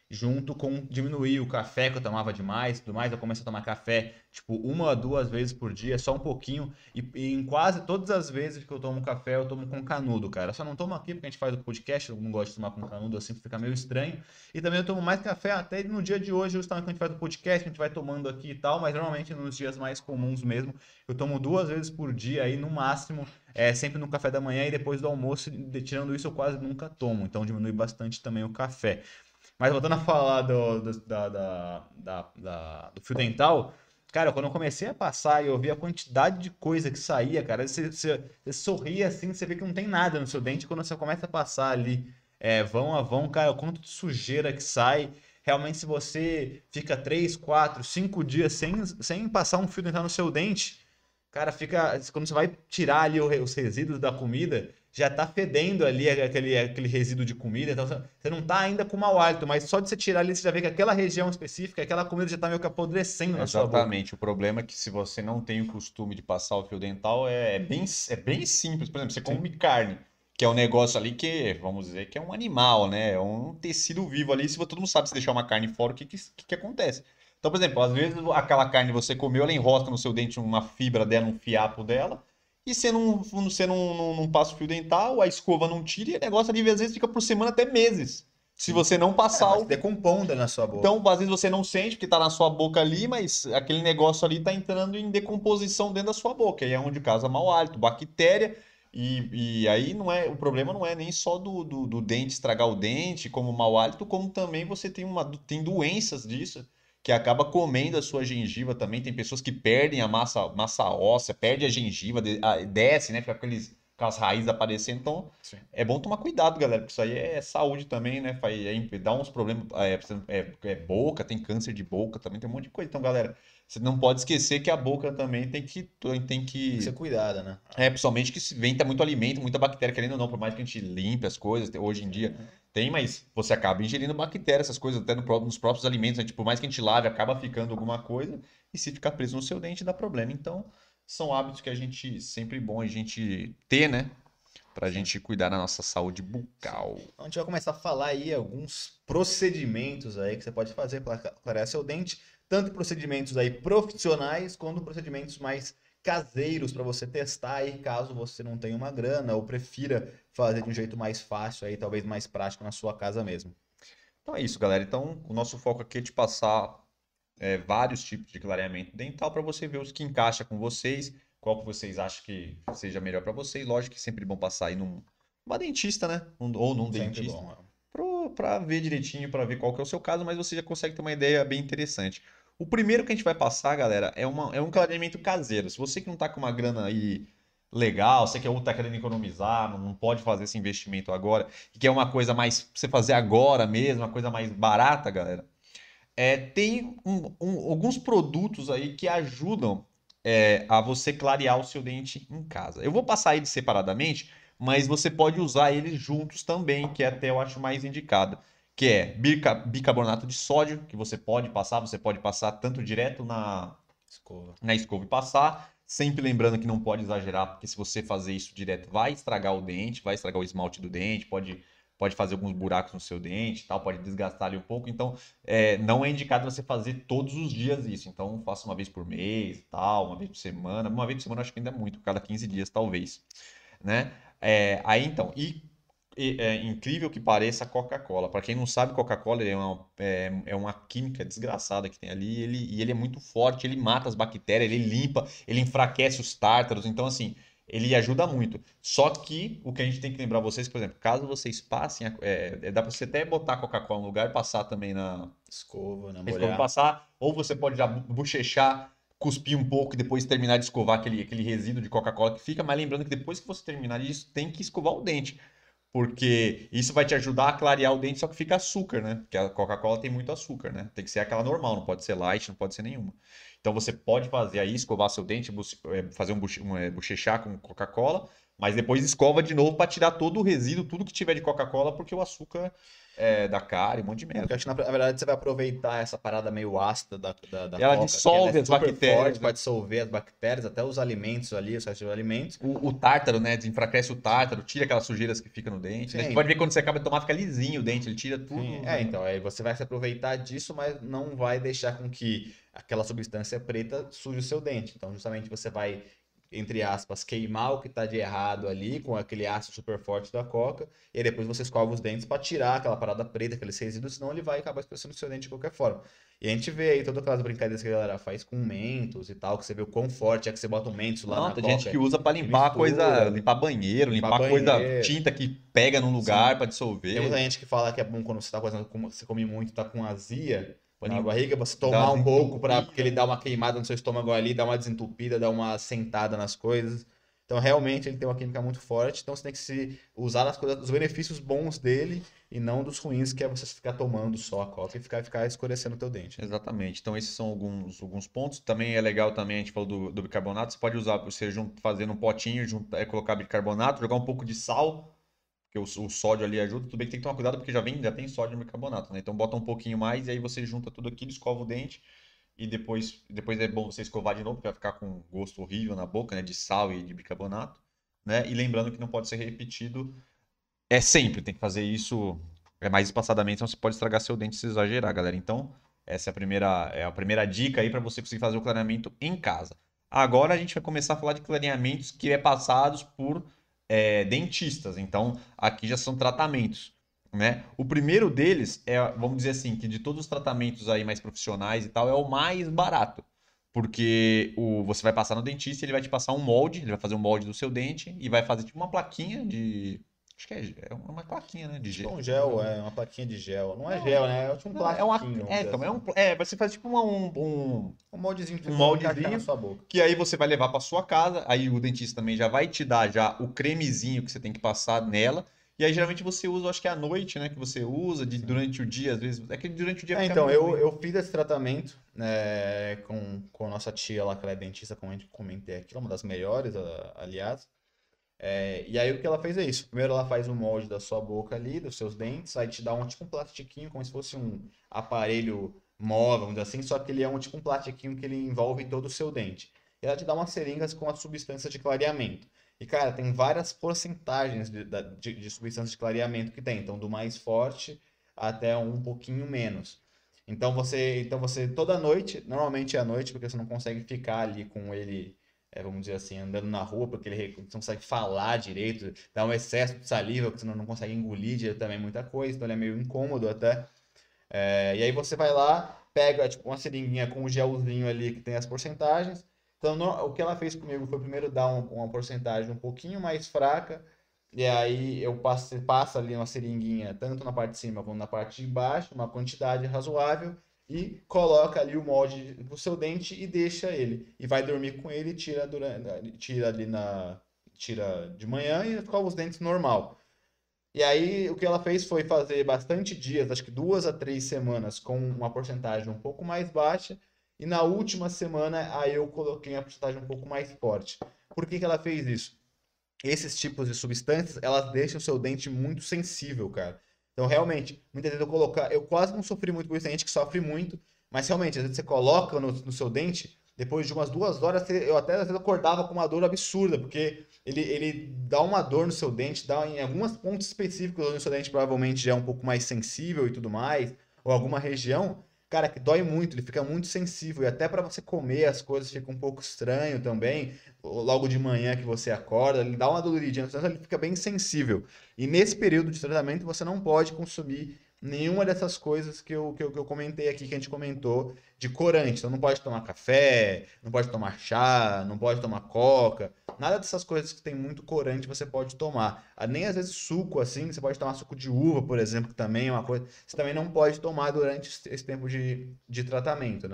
B: junto com diminuir o café que eu tomava demais, tudo mais, eu comecei a tomar café, tipo, uma, duas vezes por dia, só um pouquinho, e, e em quase todas as vezes que eu tomo café, eu tomo com canudo, cara. Eu só não tomo aqui porque a gente faz o podcast, eu não gosto de tomar com canudo, assim, fica meio estranho. E também eu tomo mais café até no dia de hoje, justamente quando a gente faz o podcast, a gente vai tomando aqui e tal, mas normalmente nos dias mais comuns mesmo, eu tomo duas vezes por dia aí, no máximo, é, sempre no café da manhã e depois do almoço, de- tirando isso eu quase nunca tomo, então diminui bastante também o café. Mas voltando a falar do, do, da, da, da- da- do fio dental, cara, quando eu comecei a passar e eu vi a quantidade de coisa que saía, cara, você, você, você sorria assim, você vê que não tem nada no seu dente, quando você começa a passar ali, é, vão a vão, cara, o quanto de sujeira que sai. Realmente, se você fica três, quatro, cinco dias sem, sem passar um fio dental no seu dente, cara, fica. Quando você vai tirar ali o re- os resíduos da comida, já tá fedendo ali aquele, aquele resíduo de comida. Então você você não tá ainda com mau hálito, mas só de você tirar ali, você já vê que aquela região específica, aquela comida já tá meio que apodrecendo na sua boca.
A: Exatamente. O problema é que se você não tem o costume de passar o fio dental, é, é bem, é bem simples. Por exemplo, você
B: Sim.
A: come carne, que é um negócio ali que, vamos dizer, que é um animal, né? É um tecido vivo ali. Se você- todo mundo sabe se deixar uma carne fora, o que, que, que que acontece? Então, por exemplo, às vezes aquela carne que você comeu, ela enrosca no seu dente uma fibra dela, um fiapo dela, e você não, você não, não, não passa o fio dental, a escova não tira, e o negócio ali às vezes fica por semana até meses. Se
B: Sim.
A: você não
B: É,
A: passar
B: vai se
A: o
B: decompondo na sua boca.
A: então, às vezes você não sente porque tá na sua boca ali, mas aquele negócio ali tá entrando em decomposição dentro da sua boca. E é onde causa mau hálito, bactéria. E, e aí não é, o problema não é nem só do, do, do dente estragar o dente, como mau hálito, como também você tem uma, tem doenças disso, que acaba comendo a sua gengiva também. Tem pessoas que perdem a massa, massa óssea, perde a gengiva, de- a- desce, né? Fica com aqueles, com as raízes aparecendo. Então,
B: Sim.
A: é bom tomar cuidado, galera, porque isso aí é saúde também, né? Faz, é, dá uns problemas, é, é, é boca, tem câncer de boca também, tem um monte de coisa. Então, galera, você não pode esquecer que a boca também tem que, tem
B: Tem que ser
A: que,
B: cuidada, né?
A: é, principalmente que se vem tá muito alimento, muita bactéria, querendo ou não, por mais que a gente limpe as coisas, hoje em dia
B: Sim.
A: tem, mas você acaba ingerindo bactéria, essas coisas, até no pró- nos próprios alimentos, né? Tipo, por mais que a gente lave, acaba ficando alguma coisa, e se ficar preso no seu dente, dá problema. Então, são hábitos que a gente, sempre bom a gente ter, né? Pra
B: Sim.
A: gente cuidar da nossa saúde
B: Sim.
A: bucal.
B: Então a gente vai começar a falar aí alguns procedimentos aí que você pode fazer para clarear seu dente, tanto procedimentos aí profissionais quanto procedimentos mais caseiros para você testar aí caso você não tenha uma grana ou prefira fazer de um jeito mais fácil aí, talvez mais prático na sua casa mesmo.
A: Então é isso, galera. Então, o nosso foco aqui é te passar é, vários tipos de clareamento dental para você ver os que encaixa com vocês, qual que vocês acham que seja melhor para vocês. Lógico que é sempre bom passar aí num, numa dentista, né? Um- ou num
B: Sempre
A: dentista,
B: bom.
A: para ver direitinho, para ver qual que é o seu caso, mas você já consegue ter uma ideia bem interessante. O primeiro que a gente vai passar, galera, é, uma, é um clareamento caseiro. Se você que não tá com uma grana aí legal, você que é tá querendo economizar, não não pode fazer esse investimento agora, e quer uma coisa mais pra você fazer agora mesmo, uma coisa mais barata, galera, é, tem um- um- alguns produtos aí que ajudam é, a você clarear o seu dente em casa. Eu vou passar eles separadamente, mas você pode usar eles juntos também, que é até eu acho mais indicado. Que é bica- bicarbonato de sódio, que você pode passar, você pode passar tanto direto na,
B: Escova.
A: na escova e passar. Sempre lembrando que não pode exagerar, porque se você fazer isso direto, vai estragar o dente, vai estragar o esmalte do dente, pode, pode fazer alguns buracos no seu dente, tal, pode desgastar ali um pouco. Então, é, não é indicado você fazer todos os dias isso. Então, faça uma vez por mês, tal, uma vez por semana. Uma vez por semana eu acho que ainda é muito, cada quinze dias talvez, né? É, aí então, e, e- é incrível que pareça a Coca-Cola. Para quem não sabe, Coca-Cola é uma, é, é uma química desgraçada que tem ali, e ele, e ele é muito forte, ele mata as bactérias, ele limpa, ele enfraquece os tártaros. Então, assim, ele ajuda muito. Só que o que a gente tem que lembrar vocês, por exemplo, caso vocês passem, a- é, é, dá para você até botar a Coca-Cola no lugar e passar também na,
B: Escova, né?
A: escova e
B: Molhar.
A: passar, ou você pode já bu- bochechar, cuspir um pouco e depois terminar de escovar aquele, aquele resíduo de Coca-Cola que fica, mas lembrando que depois que você terminar isso, tem que escovar o dente. Porque isso vai te ajudar a clarear o dente, só que fica açúcar, né? Porque a Coca-Cola tem muito açúcar, né? Tem que ser aquela normal, não pode ser light, não pode ser nenhuma. Então você pode fazer aí, escovar seu dente, bu- é, fazer um, buche- um é, bochechar com Coca-Cola, Mas depois escova de novo para tirar todo o resíduo, tudo que tiver de Coca-Cola, porque o açúcar é da cara e um monte de
B: É, porque
A: merda.
B: acho que na, na verdade você vai aproveitar essa parada meio ácida da, da, da
A: Ela
B: Coca, que ela é
A: dissolve as
B: super
A: bactérias,
B: forte
A: né?
B: para dissolver as bactérias, até os alimentos ali, os restos de alimentos.
A: O, o tártaro, né? Enfraquece o tártaro, tira aquelas sujeiras que ficam no dente, né? Você
B: Sim,
A: pode ver quando você acaba de tomar, fica lisinho o dente, ele tira
B: sim.
A: tudo.
B: É, então, aí você vai se aproveitar disso, mas não vai deixar com que aquela substância preta suje o seu dente. Então, justamente você vai, entre aspas, queimar o que está de errado ali com aquele ácido super forte da Coca, e aí depois você escova os dentes para tirar aquela parada preta, aqueles resíduos, senão ele vai acabar expressando o seu dente de qualquer forma. E a gente vê aí todas aquelas brincadeiras que a galera faz com mentos e tal, que você vê o quão forte é que você bota um mentos lá
A: Não,
B: na
A: tem gente que
B: Coca
A: usa para
B: e
A: limpar coisa,
B: mistura,
A: limpar banheiro,
B: limpar
A: limpar coisa,
B: banheiro.
A: tinta que pega num lugar
B: Sim.
A: para
B: Tem muita
A: dissolver,
B: gente que fala que é bom quando você tá coisando, como você come muito, tá com azia
A: pra
B: na
A: lim-
B: barriga, você
A: dar uma
B: tomar um pouco para porque ele
A: desentupida.
B: dá uma queimada no seu estômago ali, dá uma desentupida, dá uma sentada nas coisas. Então, realmente, ele tem uma química muito forte. Então, você tem que se usar as coisas, os benefícios bons dele e não dos ruins, que é você ficar tomando só a coca e ficar, ficar escurecendo o teu dente.
A: Exatamente. Então, esses são alguns, alguns pontos. Também é legal, também, a gente falou do, do bicarbonato. Você pode usar, você junto, fazer num potinho, junto, é, colocar bicarbonato, jogar um pouco de sal, porque o, o sódio ali ajuda. Tudo bem que tem que tomar cuidado, porque já vem, já tem sódio no bicarbonato, né? Então, bota um pouquinho mais e aí você junta tudo aquilo, escova o dente. E depois, depois é bom você escovar de novo, porque vai ficar com um gosto horrível na boca, né? De sal e de bicarbonato, né? E lembrando que não pode ser repetido. É sempre, tem que fazer isso é mais espaçadamente, senão você pode estragar seu dente se exagerar, galera. Então, essa é a primeira, é a primeira dica aí para você conseguir fazer o clareamento em casa. Agora a gente vai começar a falar de clareamentos que é passados por é, dentistas. Então, aqui já são tratamentos, né? O primeiro deles é, vamos dizer assim, que de todos os tratamentos aí mais profissionais e tal, é o mais barato. Porque o, você vai passar no dentista, ele vai te passar um molde, ele vai fazer um molde do seu dente e vai fazer tipo uma plaquinha de. Acho que é, é uma plaquinha, né? De
B: Tipo
A: gel.
B: um gel, é uma plaquinha de gel. Não é
A: Não,
B: gel, né? É tipo um
A: não, é uma.
B: plastiquinho, vamos
A: É,
B: dizer
A: calma, é
B: assim.
A: um. É, você faz tipo uma- um, um,
B: Um moldezinho pra
A: um
B: você colocar e encaixar na
A: moldezinho
B: sua boca.
A: que aí você vai levar para sua casa. Aí o dentista também já vai te dar já o cremezinho que você tem que passar nela. E aí geralmente você usa, acho que é à noite, né? Que você usa, de,
B: Sim.
A: durante o dia, às vezes. É que durante o dia
B: É,
A: fica
B: então,
A: meio
B: eu,
A: ruim.
B: eu fiz esse tratamento né, com, com a nossa tia lá, que ela é dentista, como a gente comentei aqui, ela é uma das melhores, a- aliás. É, e aí o que ela fez é isso. Primeiro ela faz o molde da sua boca ali, dos seus dentes, aí te dá um tipo um plastiquinho, como se fosse um aparelho móvel, vamos dizer assim, só que ele é um tipo um plastiquinho que ele envolve todo o seu dente. E ela te dá umas seringas com a substância de clareamento. E, cara, tem várias porcentagens de, da- de, de substância de clareamento que tem. Então, do mais forte até um pouquinho menos. Então você, então você toda noite, normalmente é à noite, porque você não consegue ficar ali com ele, é, vamos dizer assim, andando na rua, porque ele re- você não consegue falar direito, dá um excesso de saliva, porque você não, não consegue engolir direito também muita coisa, então ele é meio incômodo até. É, e aí você vai lá, pega tipo, uma seringuinha com um gelzinho ali que tem as porcentagens. Então no- o que ela fez comigo foi primeiro dar um- uma porcentagem um pouquinho mais fraca, e aí eu passo, passa ali uma seringuinha, tanto na parte de cima como na parte de baixo, uma quantidade razoável, e coloca ali o molde pro seu dente e deixa ele. E vai dormir com ele, tira, durante, tira ali na. Tira de manhã e escova os dentes normal. E aí, o que ela fez foi fazer bastante dias, acho que duas a três semanas, com uma porcentagem um pouco mais baixa. E na última semana, aí eu coloquei uma porcentagem um pouco mais forte. Por que que ela fez isso? Esses tipos de substâncias, elas deixam o seu dente muito sensível, cara. Então, realmente, muitas vezes eu colocar, eu quase não sofri muito com isso, tem gente que sofre muito, mas realmente, às vezes você coloca no, no seu dente, depois de umas duas horas, você- eu até às vezes acordava com uma dor absurda, porque ele, ele dá uma dor no seu dente, dá em alguns pontos específicos onde o seu dente provavelmente já é um pouco mais sensível e tudo mais, ou alguma região, cara, que dói muito, ele fica muito sensível, e até para você comer as coisas fica um pouco estranho também logo de manhã que você acorda, ele dá uma doloridinha, então ele fica bem sensível. E nesse período de tratamento você não pode consumir nenhuma dessas coisas que eu, que eu, que eu comentei aqui, que a gente comentou, de corante. Então não pode tomar café, não pode tomar chá, não pode tomar coca, nada dessas coisas que tem muito corante você pode tomar. Ah, nem às vezes suco assim, você pode tomar suco de uva, por exemplo, que também é uma coisa, você também não pode tomar durante esse tempo de, de tratamento, né?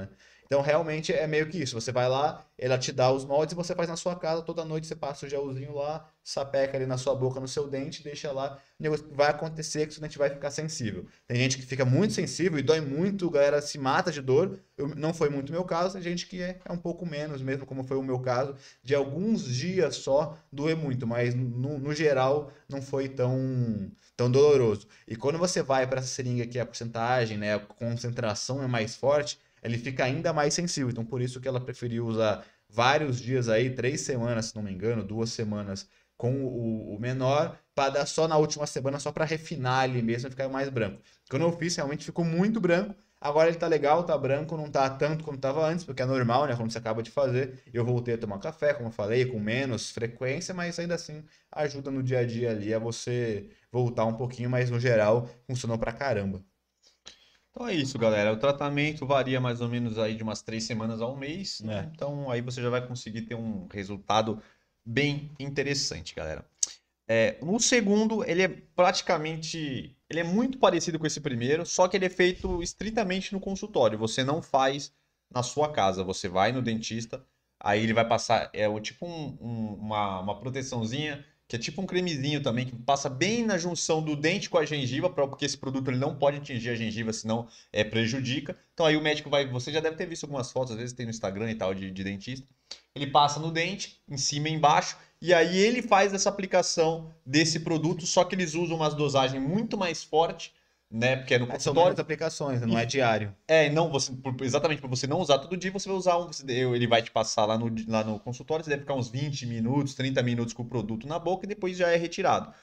B: Então, realmente, é meio que isso. Você vai lá, ela te dá os moldes e você faz na sua casa. Toda noite você passa o gelzinho lá, sapeca ali na sua boca, no seu dente, deixa lá. O negócio vai acontecer que o seu dente vai ficar sensível. Tem gente que fica muito sensível e dói muito, a galera se mata de dor. Eu, não foi muito o meu caso. Tem gente que é, é um pouco menos, mesmo como foi o meu caso. De alguns dias só, doer muito. Mas, no, no geral, não foi tão, tão doloroso. E quando você vai para essa seringa que a porcentagem, né, a concentração é mais forte, ele fica ainda mais sensível. Então, por isso que ela preferiu usar vários dias aí, três semanas, se não me engano, duas semanas com o, o menor, para dar só na última semana, só para refinar ali mesmo e ficar mais branco. Quando eu fiz, realmente ficou muito branco. Agora ele tá legal, tá branco, não tá tanto como tava antes, porque é normal, né? Quando você acaba de fazer. Eu voltei a tomar café, como eu falei, com menos frequência, mas ainda assim ajuda no dia a dia ali a você voltar um pouquinho, mas no geral funcionou pra caramba.
A: Então é isso, galera. O tratamento varia mais ou menos aí de umas três semanas a um mês, né?
B: É.
A: Então aí você já vai conseguir ter um resultado bem interessante, galera. É, no segundo, ele é praticamente, ele é muito parecido com esse primeiro, só que ele é feito estritamente no consultório. Você não faz na sua casa. Você vai no dentista, aí ele vai passar, é o tipo um- um- uma, uma proteçãozinha, que é tipo um cremezinho também, que passa bem na junção do dente com a gengiva, pra- porque esse produto ele não pode atingir a gengiva, senão é, prejudica. Então aí o médico vai, você já deve ter visto algumas fotos, às vezes tem no Instagram e tal, de, de dentista. Ele passa no dente, em cima e embaixo, e aí ele faz essa aplicação desse produto, só que eles usam umas dosagens muito mais fortes, né? Porque é no
B: É, são menos
A: consultório.
B: aplicações, né? Não é
A: E
B: diário.
A: é, não, você, por- exatamente, para você não usar todo dia, você vai usar um, você- ele vai te passar lá no, lá no consultório, você deve ficar uns vinte minutos, trinta minutos com o produto na boca e depois já é retirado.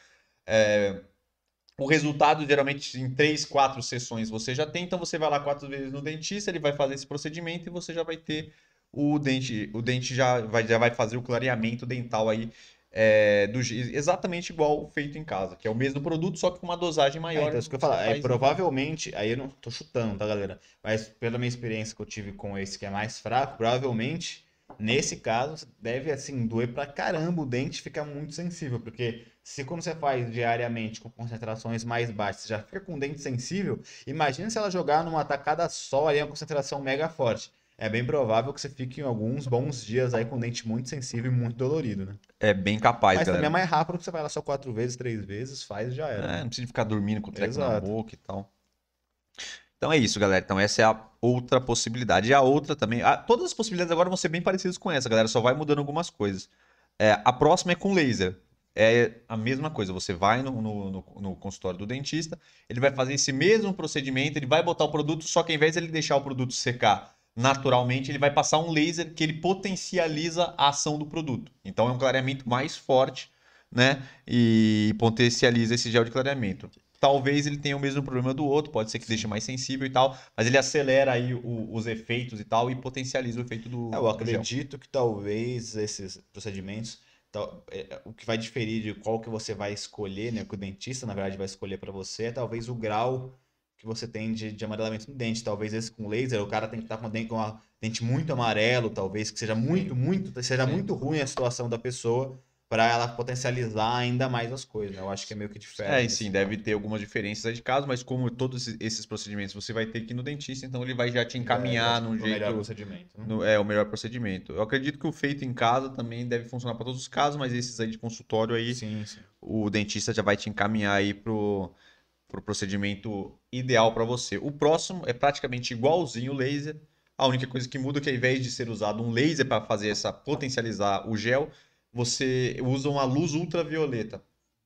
A: É, o resultado, geralmente, em três, quatro sessões você já tem, então você vai lá quatro vezes no dentista, ele vai fazer esse procedimento e você já vai ter o dente, o dente já vai, já vai fazer o clareamento dental aí, é, do, je- exatamente igual feito em casa, que é o mesmo produto, só que com uma dosagem
B: É,
A: maior,
B: então, isso que eu
A: você
B: falo, é,
A: faz em...
B: provavelmente, aí eu não tô chutando, tá, galera? Mas pela minha experiência que eu tive com esse que é mais fraco, provavelmente, nesse caso, deve, assim, doer pra caramba o dente, fica muito sensível, porque se quando você faz diariamente com concentrações mais baixas, você já fica com o dente sensível, imagina se ela jogar numa tacada só ali, uma concentração mega forte. É bem provável que você fique em alguns bons dias aí com o dente muito sensível e muito dolorido, né?
A: É bem capaz,
B: Mas também é
A: galera.
B: mais rápido que você vai lá só quatro vezes, três vezes, faz e já era,
A: É,
B: né?
A: não precisa ficar dormindo com o treco na
B: Exato.
A: boca e tal. Então é isso, galera. Então essa é a outra possibilidade. E a outra também. ah, todas as possibilidades agora vão ser bem parecidas com essa, galera. Só vai mudando algumas coisas. É, a próxima é com laser. É a mesma coisa. Você vai no, no, no- no consultório do dentista, ele vai fazer esse mesmo procedimento, ele vai botar o produto, só que ao invés de ele deixar o produto secar naturalmente, ele vai passar um laser que ele potencializa a ação do produto. Então é um clareamento mais forte, né? E potencializa esse gel de clareamento. Talvez ele tenha o mesmo problema do outro, pode ser que deixe mais sensível e tal, mas ele acelera aí o- os efeitos e tal e potencializa o efeito
B: É,
A: do,
B: eu
A: do gel.
B: acredito que talvez esses procedimentos, tal- é, o que vai diferir de qual que você vai escolher, né, que o dentista, na verdade, vai escolher para você, é talvez o grau que você tem de, de amarelamento no dente. Talvez esse com laser, o cara tem que estar com o dente, com a dente muito amarelo, talvez que seja muito,
A: Sim,
B: muito, seja
A: sim.
B: muito ruim a situação da pessoa para ela potencializar ainda mais as coisas, né? Eu acho que é meio que
A: É,
B: difere
A: e
B: nesse
A: sim, deve
B: ponto.
A: ter algumas diferenças aí de caso, mas como todos esses esses procedimentos você vai ter que ir no dentista, então ele vai já te
B: Já, já
A: encaminhar num
B: o melhor
A: jeito,
B: procedimento, né?
A: no- é o melhor procedimento. Eu acredito que o feito em casa também deve funcionar para todos os casos, mas esses aí de consultório aí,
B: Sim, sim.
A: o dentista já vai te encaminhar aí pro, pro procedimento ideal para você. O próximo é praticamente igualzinho o laser. A única coisa que muda é que ao invés de ser usado um laser para fazer essa potencializar o gel, você usa uma luz ultravioleta.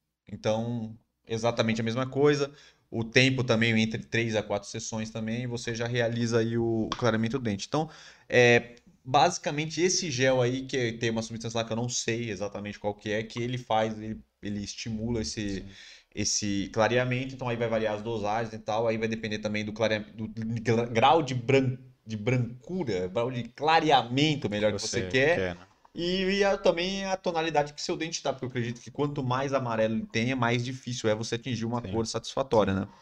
A: Então, exatamente a mesma coisa. O tempo também, entre três a quatro sessões também, você já realiza aí o, o clareamento do dente. Então, é, basicamente esse gel aí, que tem uma substância lá que eu não sei exatamente qual que é, que ele faz, ele, ele estimula esse,
B: Sim.
A: esse clareamento, então aí vai variar as dosagens e tal, aí vai depender também do, clareamento, do gra- grau de, bran, de brancura, grau de clareamento
B: Que
A: melhor que você
B: você
A: quer,
B: quer, né?
A: e, e a- também a tonalidade que seu dente está, porque eu acredito que quanto mais amarelo ele tenha, mais difícil é você atingir uma
B: Sim,
A: cor satisfatória,
B: sim.
A: né?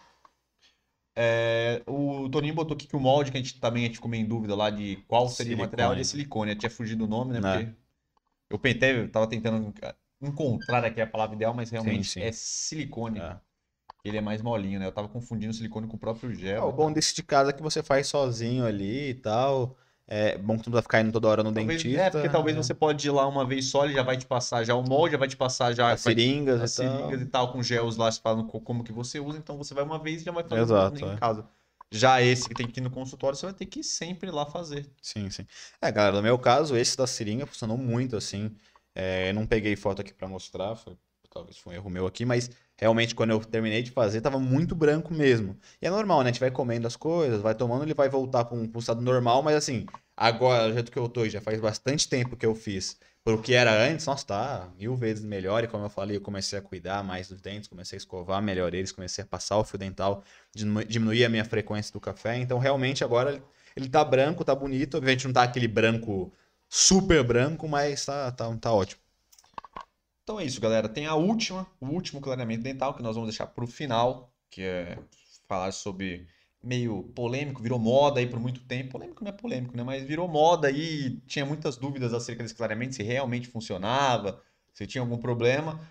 A: É, o Toninho botou aqui que o molde que a gente também a gente ficou meio em dúvida lá de qual seria o material, ele é
B: Silicone, né?
A: silicone. Eu tinha fugido o nome, né?
B: Né?
A: Porque eu pentei, eu tava tentando encontrar aqui a palavra ideal, mas
B: Sim,
A: realmente é
B: sim.
A: silicone.
B: É.
A: Ele é mais molinho, né? Eu tava confundindo o silicone com o próprio
B: É,
A: gel
B: o
A: e
B: bom
A: tal.
B: desse de casa é que você faz sozinho ali e tal. É bom que tu não vai ficar indo toda hora no
A: Talvez,
B: dentista.
A: é, porque talvez
B: é.
A: você pode ir lá uma vez só, ele já vai te passar já o molde, já vai te passar já
B: As
A: vai te-
B: seringas
A: as
B: e tal.
A: seringas e tal, com gels lá, falando co- como que você usa. Então você vai uma vez e já vai fazer
B: Exato,
A: em
B: é.
A: casa. Já esse que tem que ir no consultório, você vai ter que ir sempre lá fazer.
B: Sim, sim. É, galera, no meu caso, esse da seringa funcionou muito, assim. É, eu não peguei foto aqui pra mostrar, foi- talvez foi um erro meu aqui, mas realmente quando eu terminei de fazer, tava muito branco mesmo. E é normal, né? A gente vai comendo as coisas, vai tomando, ele vai voltar pra um, pra um estado normal, mas assim, agora, do jeito que eu tô, e já faz bastante tempo que eu fiz, pro que era antes, nossa, tá mil vezes melhor. E como eu falei, eu comecei a cuidar mais dos dentes, comecei a escovar melhor eles, comecei a passar o fio dental, diminu- diminuir a minha frequência do café. Então, realmente, agora ele tá branco, tá bonito. Obviamente não tá aquele branco super branco, mas tá, tá, tá ótimo.
A: Então é isso, galera. Tem a última, o último clareamento dental que nós vamos deixar pro final, que é falar sobre meio polêmico, virou moda aí por muito tempo. Polêmico não é polêmico, né? Mas virou moda aí, tinha muitas dúvidas acerca desse clareamento, se realmente funcionava, se tinha algum problema.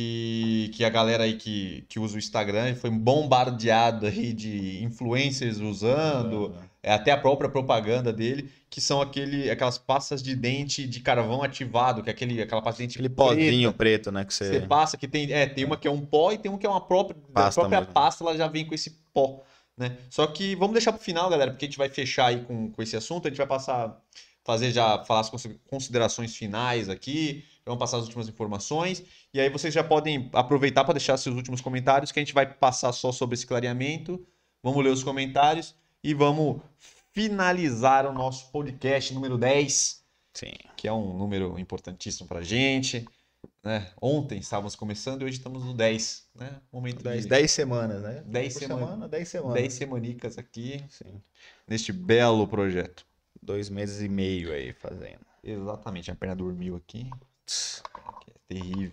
A: E que a galera aí que, que usa o Instagram foi bombardeada aí de influencers usando,
B: Usando, né?
A: é, até a própria propaganda dele, que são aquele, aquelas pastas de dente de carvão ativado, que é aquele, aquela pasta de dente
B: Aquele pozinho
A: preta.
B: preto, né? Que
A: Você
B: você
A: passa que tem, é, tem uma que é um pó e tem uma que é uma própria, da
B: pasta
A: própria
B: mesmo.
A: pasta, ela já vem com esse pó, né? Só que vamos deixar pro final, galera, porque a gente vai fechar aí com, com esse assunto, a gente vai passar, fazer já, falar as consi- considerações finais aqui, vamos passar as últimas informações, e aí vocês já podem aproveitar para deixar seus últimos comentários, que a gente vai passar só sobre esse clareamento, vamos ler os comentários e vamos finalizar o nosso podcast número dez,
B: Sim.
A: que é um número importantíssimo pra gente, né? Ontem estávamos começando e hoje estamos no dez, né? Momento
B: dez,
A: de
B: dez semanas, né?
A: dez
B: Por
A: sema...
B: semana, dez
A: dez
B: semanas.
A: semanicas aqui
B: Sim.
A: neste belo projeto.
B: Dois meses e meio aí fazendo.
A: Exatamente, a perna dormiu aqui,
B: Tss.
A: que é terrível.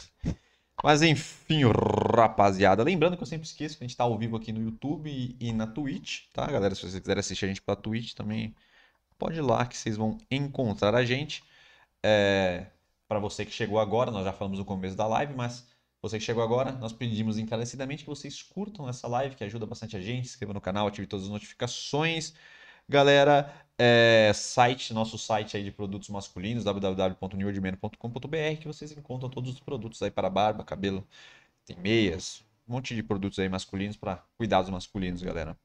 A: Mas enfim, rapaziada. Lembrando que eu sempre esqueço que a gente tá ao vivo aqui no YouTube e, e na Twitch, tá, galera? Se vocês quiserem assistir a gente pela Twitch também, pode ir lá que vocês vão encontrar a gente. É, para você que chegou agora, nós já falamos no começo da live, mas você que chegou agora, nós pedimos encarecidamente que vocês curtam essa live, que ajuda bastante a gente. Se inscreva no canal, ative todas as notificações. Galera, é, site, nosso site aí de produtos masculinos, w w w ponto new old man ponto com ponto b r, que vocês encontram todos os produtos aí para barba, cabelo, tem meias, um monte de produtos aí masculinos para cuidados masculinos, galera.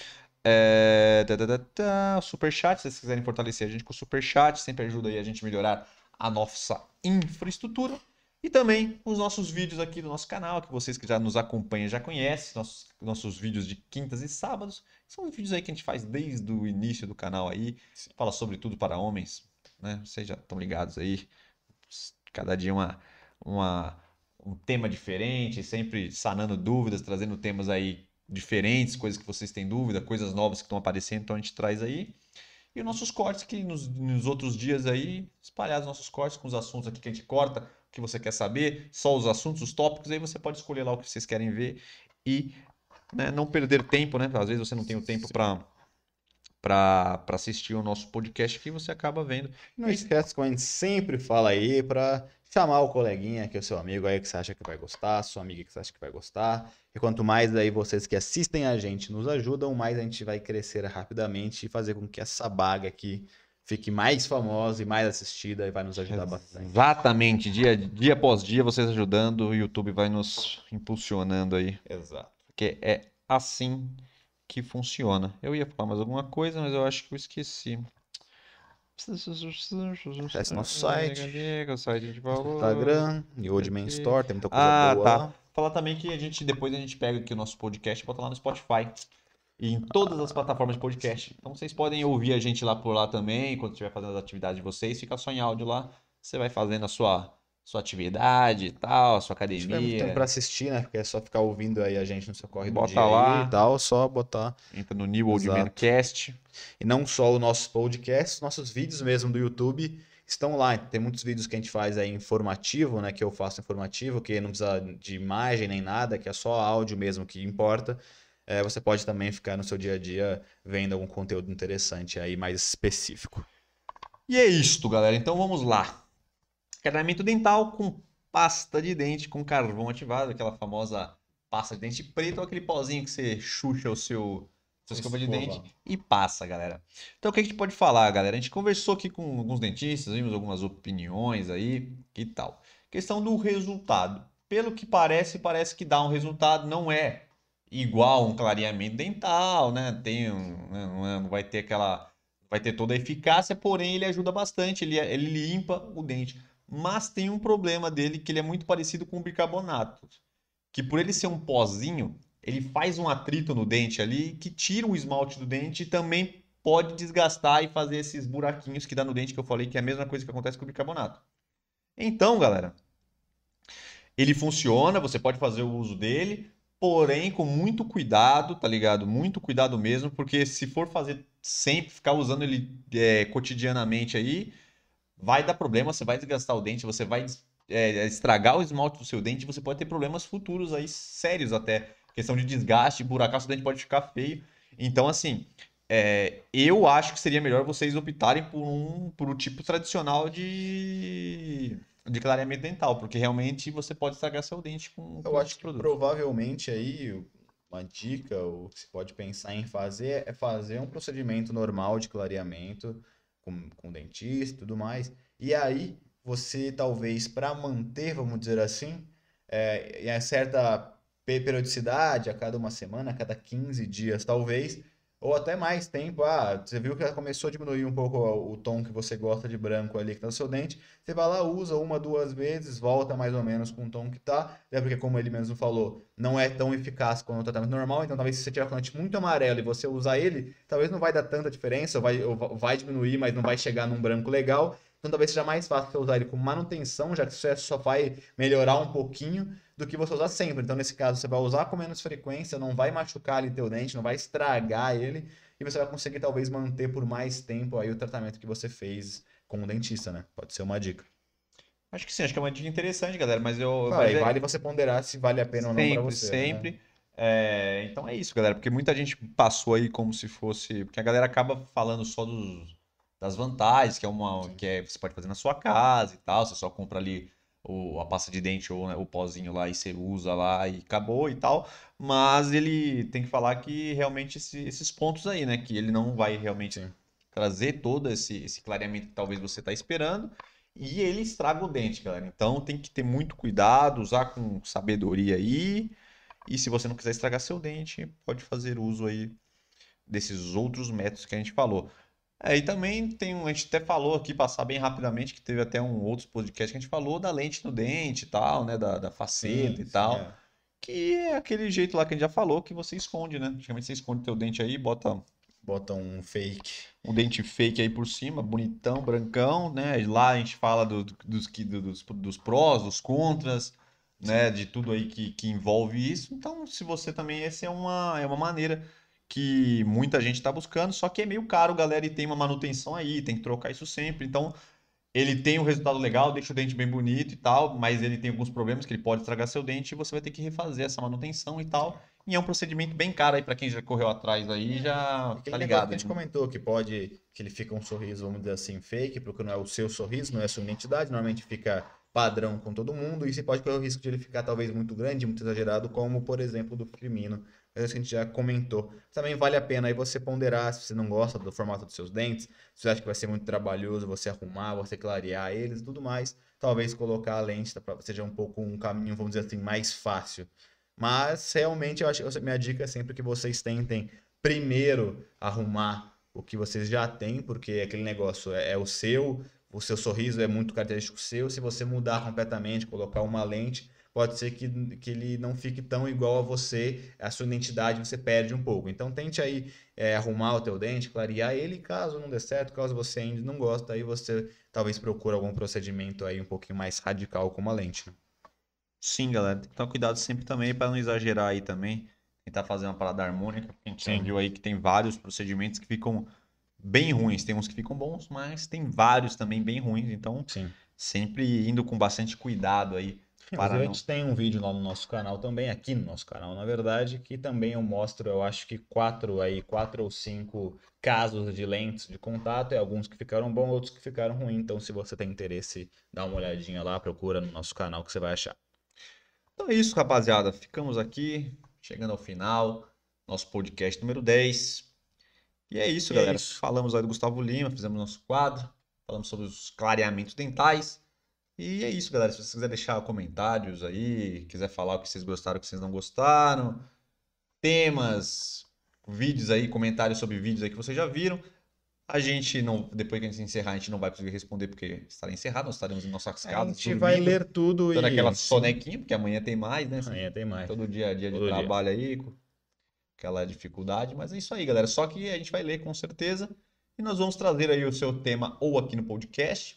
A: É, tá, tá, tá, tá, Superchat, se vocês quiserem fortalecer a gente com o Superchat, sempre ajuda aí a gente a melhorar a nossa infraestrutura. E também os nossos vídeos aqui do nosso canal, que vocês que já nos acompanham já conhecem, nossos, nossos vídeos de quintas e sábados. São vídeos aí que a gente faz desde o início do canal aí, fala sobre tudo para homens, né? Vocês já estão ligados aí. Cada dia uma, uma, um tema diferente, sempre sanando dúvidas, trazendo temas aí diferentes, coisas que vocês têm dúvida, coisas novas que estão aparecendo, então a gente traz aí. E os nossos cortes que nos, nos outros dias aí, espalhar os nossos cortes com os assuntos aqui que a gente corta, o que você quer saber, só os assuntos, os tópicos, aí você pode escolher lá o que vocês querem ver e, né, não perder tempo, né? Às vezes você não tem o tempo para para assistir o nosso podcast que você acaba vendo.
B: Não esquece, como a gente sempre fala aí, pra chamar o coleguinha, que é o seu amigo aí que você acha que vai gostar, sua amiga que você acha que vai gostar. E quanto mais aí vocês que assistem a gente nos ajudam, mais a gente vai crescer rapidamente e fazer com que essa baga aqui fique mais famosa e mais assistida e vai nos ajudar bastante.
A: Exatamente, dia, dia após dia vocês ajudando, o YouTube vai nos impulsionando aí.
B: Exato.
A: Porque é assim que funciona. Eu ia falar mais alguma coisa, mas eu acho que eu esqueci.
B: Acesse nosso site,
A: O site a gente falou.
B: Instagram, New Old Man
A: Aqui.
B: Store, tem muita coisa
A: Ah,
B: boa
A: tá.
B: lá.
A: Falar também que a gente depois a gente pega aqui o nosso podcast e bota lá no Spotify. E em todas as plataformas de podcast. Então vocês podem ouvir a gente lá por lá também, quando estiver fazendo as atividades de vocês, fica só em áudio lá. Você vai fazendo a sua, sua atividade e tal, a sua
B: Se tiver muito tempo pra
A: academia.
B: assistir, né? Porque é só ficar ouvindo aí a gente no seu corre do
A: Bota
B: dia aí
A: lá.
B: e tal, só botar.
A: Entra no New Old Man
B: Exato.
A: Cast.
B: E não só o nosso podcast, nossos vídeos mesmo do YouTube estão lá. Tem muitos vídeos que a gente faz aí informativo, né? Que eu faço informativo, que não precisa de imagem nem nada, que é só áudio mesmo que importa. É, você pode também ficar no seu dia a dia vendo algum conteúdo interessante aí, mais específico.
A: E é isto, galera. Então vamos lá. Tratamento dental com pasta de dente com carvão ativado, aquela famosa pasta de dente preta ou aquele pozinho que você chucha o seu, sua escova de
B: Escova.
A: dente e passa, galera. Então o que a gente pode falar, galera? A gente conversou aqui com alguns dentistas, vimos algumas opiniões aí e tal. Questão do resultado. Pelo que parece, parece que dá um resultado, não é igual um clareamento dental, né? Tem um, né, não, é- não vai ter aquela, vai ter toda a eficácia, porém ele ajuda bastante, ele, ele limpa o dente. Mas tem um problema dele que ele é muito parecido com o bicarbonato, que por ele ser um pozinho, ele faz um atrito no dente ali que tira o esmalte do dente e também pode desgastar e fazer esses buraquinhos que dá no dente que eu falei que é a mesma coisa que acontece com o bicarbonato. Então, galera, ele funciona, você pode fazer o uso dele, porém com muito cuidado, tá ligado? Muito cuidado mesmo, porque se for fazer sempre, ficar usando ele é, cotidianamente aí, vai dar problema, você vai desgastar o dente, você vai é, estragar o esmalte do seu dente, você pode ter problemas futuros aí, sérios até. Questão de desgaste, buracar, seu dente pode ficar feio. Então, assim, é, eu acho que seria melhor vocês optarem por um, por um tipo tradicional de, de clareamento dental, porque realmente você pode estragar seu dente com, com
B: Eu
A: esses
B: acho que
A: produtos.
B: provavelmente aí uma dica, o que se pode pensar em fazer é fazer um procedimento normal de clareamento com, com dentista e tudo mais. E aí você talvez para manter, vamos dizer assim, é, em certa pe- periodicidade, a cada uma semana, a cada quinze dias talvez, ou até mais tempo. Ah, você viu que já começou a diminuir um pouco o tom que você gosta de branco ali que tá no seu dente. Você vai lá, usa uma, duas vezes, volta mais ou menos com o tom que tá. Até porque, como ele mesmo falou, não é tão eficaz quanto o tratamento normal. Então, talvez se você tiver com o dente muito amarelo e você usar ele, talvez não vai dar tanta diferença, ou vai, ou vai diminuir, mas não vai chegar num branco legal. Então, talvez seja mais fácil você usar ele como manutenção, já que isso só vai melhorar um pouquinho do que você usar sempre. Então, nesse caso, você vai usar com menos frequência, não vai machucar ali teu dente, não vai estragar ele, e você vai conseguir talvez manter por mais tempo aí o tratamento que você fez com o dentista, né? Pode ser uma dica.
A: Acho que sim, acho que é uma dica interessante, galera, mas eu,
B: Claro,
A: mas
B: aí
A: é,
B: vale você ponderar se vale a pena ou não pra
A: sempre,
B: você, né?
A: sempre. É, então é isso, galera, porque muita gente passou aí como se fosse. Porque a galera acaba falando só dos, das vantagens, que é uma
B: Sim.
A: que é, você pode fazer na sua casa e tal, você só compra ali o, a pasta de dente ou né, o pozinho lá e você usa lá e acabou e tal. Mas ele tem que falar que realmente esse- esses pontos aí, né? Que ele não vai realmente
B: Sim.
A: trazer todo esse, esse clareamento que talvez você está esperando. E ele estraga o dente, galera. Então tem que ter muito cuidado, usar com sabedoria aí. E se você não quiser estragar seu dente, pode fazer uso aí desses outros métodos que a gente falou. É, e também tem um, a gente até falou aqui, passar bem rapidamente, que teve até um outros podcast que a gente falou da lente no dente e tal, né? Da, da faceta
B: Sim,
A: e
B: sim,
A: tal.
B: é.
A: Que é aquele jeito lá que a gente já falou, que você esconde, né? Praticamente você esconde teu dente aí, bota
B: Bota um fake.
A: um dente fake aí por cima, bonitão, brancão, né? E lá a gente fala do- do- dos, que- do- dos, dos prós, dos contras, né?
B: Sim.
A: De tudo aí que, que envolve isso. Então, se você também, essa é uma, é uma maneira que muita gente está buscando, só que é meio caro, galera, e tem uma manutenção aí, tem que trocar isso sempre. Então, ele tem um resultado legal, deixa o dente bem bonito e tal, mas ele tem alguns problemas que ele pode estragar seu dente e você vai ter que refazer essa manutenção e
B: Sim.
A: tal. E é um procedimento bem caro aí para quem já correu atrás aí,
B: É.
A: já
B: Aquele
A: tá
B: negócio que
A: ligado
B: a
A: aí,
B: gente
A: né?
B: comentou, que pode, que ele fica um sorriso, vamos dizer assim, fake, porque não é o seu sorriso, não é a sua identidade, normalmente fica padrão com todo mundo, e você pode correr o risco de ele ficar talvez muito grande, muito exagerado, como por exemplo do Firmino, mas isso que a gente já comentou. Também vale a pena aí você ponderar se você não gosta do formato dos seus dentes, se você acha que vai ser muito trabalhoso você arrumar, você clarear eles e tudo mais, talvez colocar a lente tá, pra- seja um pouco um caminho, vamos dizer assim, mais fácil. Mas realmente eu acho, eu- minha dica é sempre que vocês tentem primeiro arrumar o que vocês já têm, porque aquele negócio é, é o seu, o seu sorriso é muito característico seu. Se você mudar completamente, colocar uma lente, pode ser que, que ele não fique tão igual a você, a sua identidade você perde um pouco. Então tente aí é, arrumar o teu dente, clarear ele, caso não dê certo, caso você ainda não gosta, aí você talvez procure algum procedimento aí um pouquinho mais radical com uma lente, né?
A: Sim, galera, tem que tomar cuidado sempre também para não exagerar aí também. Tentar fazer uma parada harmônica, porque a gente já
B: Sim,
A: viu aí que tem vários procedimentos que ficam bem ruins. Tem uns que ficam bons, mas tem vários também bem ruins. Então,
B: sim.
A: sempre indo com bastante cuidado aí para
B: Inclusive, a
A: não.
B: gente tem um vídeo lá no nosso canal também, aqui no nosso canal, na verdade, que também eu mostro, eu acho que quatro aí, quatro ou cinco casos de lentes de contato, e alguns que ficaram bons, outros que ficaram ruins. Então, se você tem interesse, dá uma olhadinha lá, procura no nosso canal que você vai achar.
A: Então é isso, rapaziada. Ficamos aqui, chegando ao final. nosso podcast número dez. E é isso,
B: E é
A: galera.
B: isso.
A: Falamos aí do Gustavo Lima, fizemos nosso quadro, falamos sobre os clareamentos dentais. E é isso, galera. Se vocês quiserem deixar comentários aí, quiser falar o que vocês gostaram, o que vocês não gostaram, temas, vídeos aí, comentários sobre vídeos aí que vocês já viram. A gente não, depois que a gente encerrar, a gente não vai conseguir responder porque estará encerrado, nós estaremos em nossas
B: A
A: casas.
B: gente vai ler tudo
A: dando
B: e...
A: aquela
B: sim.
A: sonequinha, porque amanhã tem mais, né?
B: Amanhã tem mais.
A: Todo dia a dia de
B: Todo dia.
A: trabalho aí, com aquela dificuldade, mas é isso aí, galera. Só que a gente vai ler com certeza e nós vamos trazer aí o seu tema ou aqui no podcast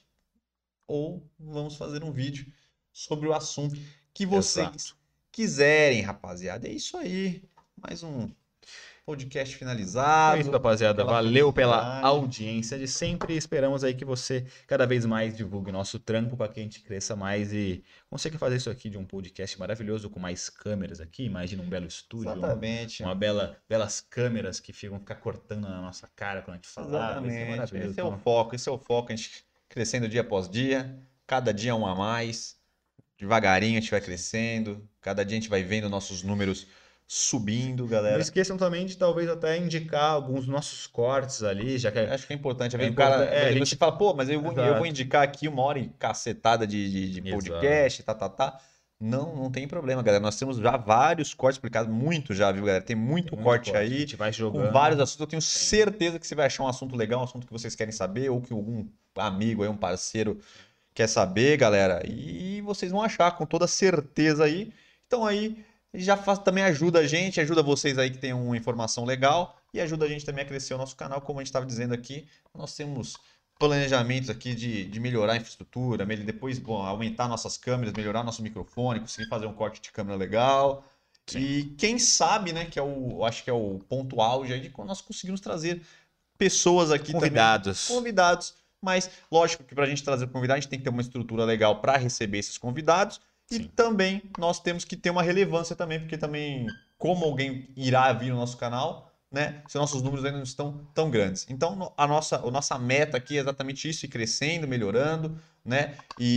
A: ou vamos fazer um vídeo sobre o assunto que vocês
B: Exato.
A: quiserem, rapaziada. É isso aí. Mais um podcast
B: É
A: finalizado.
B: isso, rapaziada.
A: Aquela
B: Valeu pela
A: felicidade.
B: audiência de sempre. Esperamos aí que você cada vez mais divulgue o nosso trampo para que a gente cresça mais e consiga fazer isso aqui de um podcast maravilhoso com mais câmeras aqui. Imagina um belo estúdio, uma,
A: Exatamente.
B: uma bela, belas câmeras que ficam ficar cortando na nossa cara quando a gente fala. Ah, vai ser
A: Exatamente.
B: maravilhoso.
A: Esse é o
B: Então,
A: foco, esse é o foco. A gente crescendo dia após dia, cada dia um a mais. Devagarinho a gente vai crescendo, cada dia a gente vai vendo nossos números subindo,
B: não
A: galera.
B: esqueçam também de talvez até indicar alguns dos nossos cortes ali, já que
A: Eu acho que é importante. Às
B: É
A: vezes o cara,
B: importante- é,
A: às vezes
B: a
A: você
B: gente-
A: fala, pô, mas eu, vou- eu
B: Exato.
A: vou indicar aqui uma hora e cacetada de, de, de
B: Exato.
A: podcast, tá, tá, tá. Não, não tem problema, galera. Nós temos já vários cortes explicados, muito já, viu, galera? Tem muito
B: tem muito
A: corte
B: A
A: aí,
B: gente vai
A: com
B: jogando.
A: vários assuntos. Eu tenho certeza que você vai achar um assunto legal, um assunto que vocês querem saber, ou que algum amigo aí, um parceiro quer saber, galera. E vocês vão achar com toda certeza aí. Então aí já faz, também ajuda a gente, ajuda vocês aí que tem uma informação legal e ajuda a gente também a crescer o nosso canal, como a gente estava dizendo aqui. Nós temos planejamentos aqui de, de melhorar a infraestrutura, mel- depois bom, aumentar nossas câmeras, melhorar nosso microfone, conseguir fazer um corte de câmera legal.
B: Sim.
A: E quem sabe, né, que é o, eu acho que é o ponto auge aí de quando nós conseguimos trazer pessoas aqui
B: Convidados.
A: também, convidados. Mas lógico que para a gente trazer convidado, a gente tem que ter uma estrutura legal para receber esses convidados. E
B: Sim.
A: também nós temos que ter uma relevância também, porque também, como alguém irá vir no nosso canal, né? Se nossos números ainda não estão tão grandes. Então, no- a nossa, a nossa meta aqui é exatamente isso, ir crescendo, melhorando, né?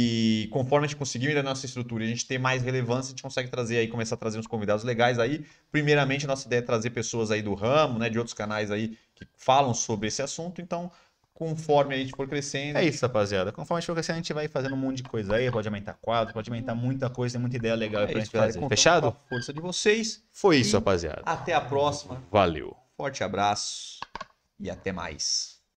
A: E conforme a gente conseguir melhorar a nossa estrutura e a gente ter mais relevância, a gente consegue trazer aí, começar a trazer uns convidados legais aí. Primeiramente, a nossa ideia é trazer pessoas aí do ramo, né? De outros canais aí que falam sobre esse assunto. Então, conforme a gente for crescendo,
B: É isso, rapaziada. Conforme a gente for crescendo, a gente vai fazendo um monte de coisa aí. Pode aumentar quadro, pode aumentar muita coisa, tem muita ideia legal aí
A: é
B: pra
A: isso,
B: gente
A: galera.
B: fazer.
A: Contamos
B: Fechado?
A: com a força de vocês.
B: Foi isso,
A: E
B: rapaziada.
A: Até a próxima.
B: Valeu.
A: Forte abraço e até mais.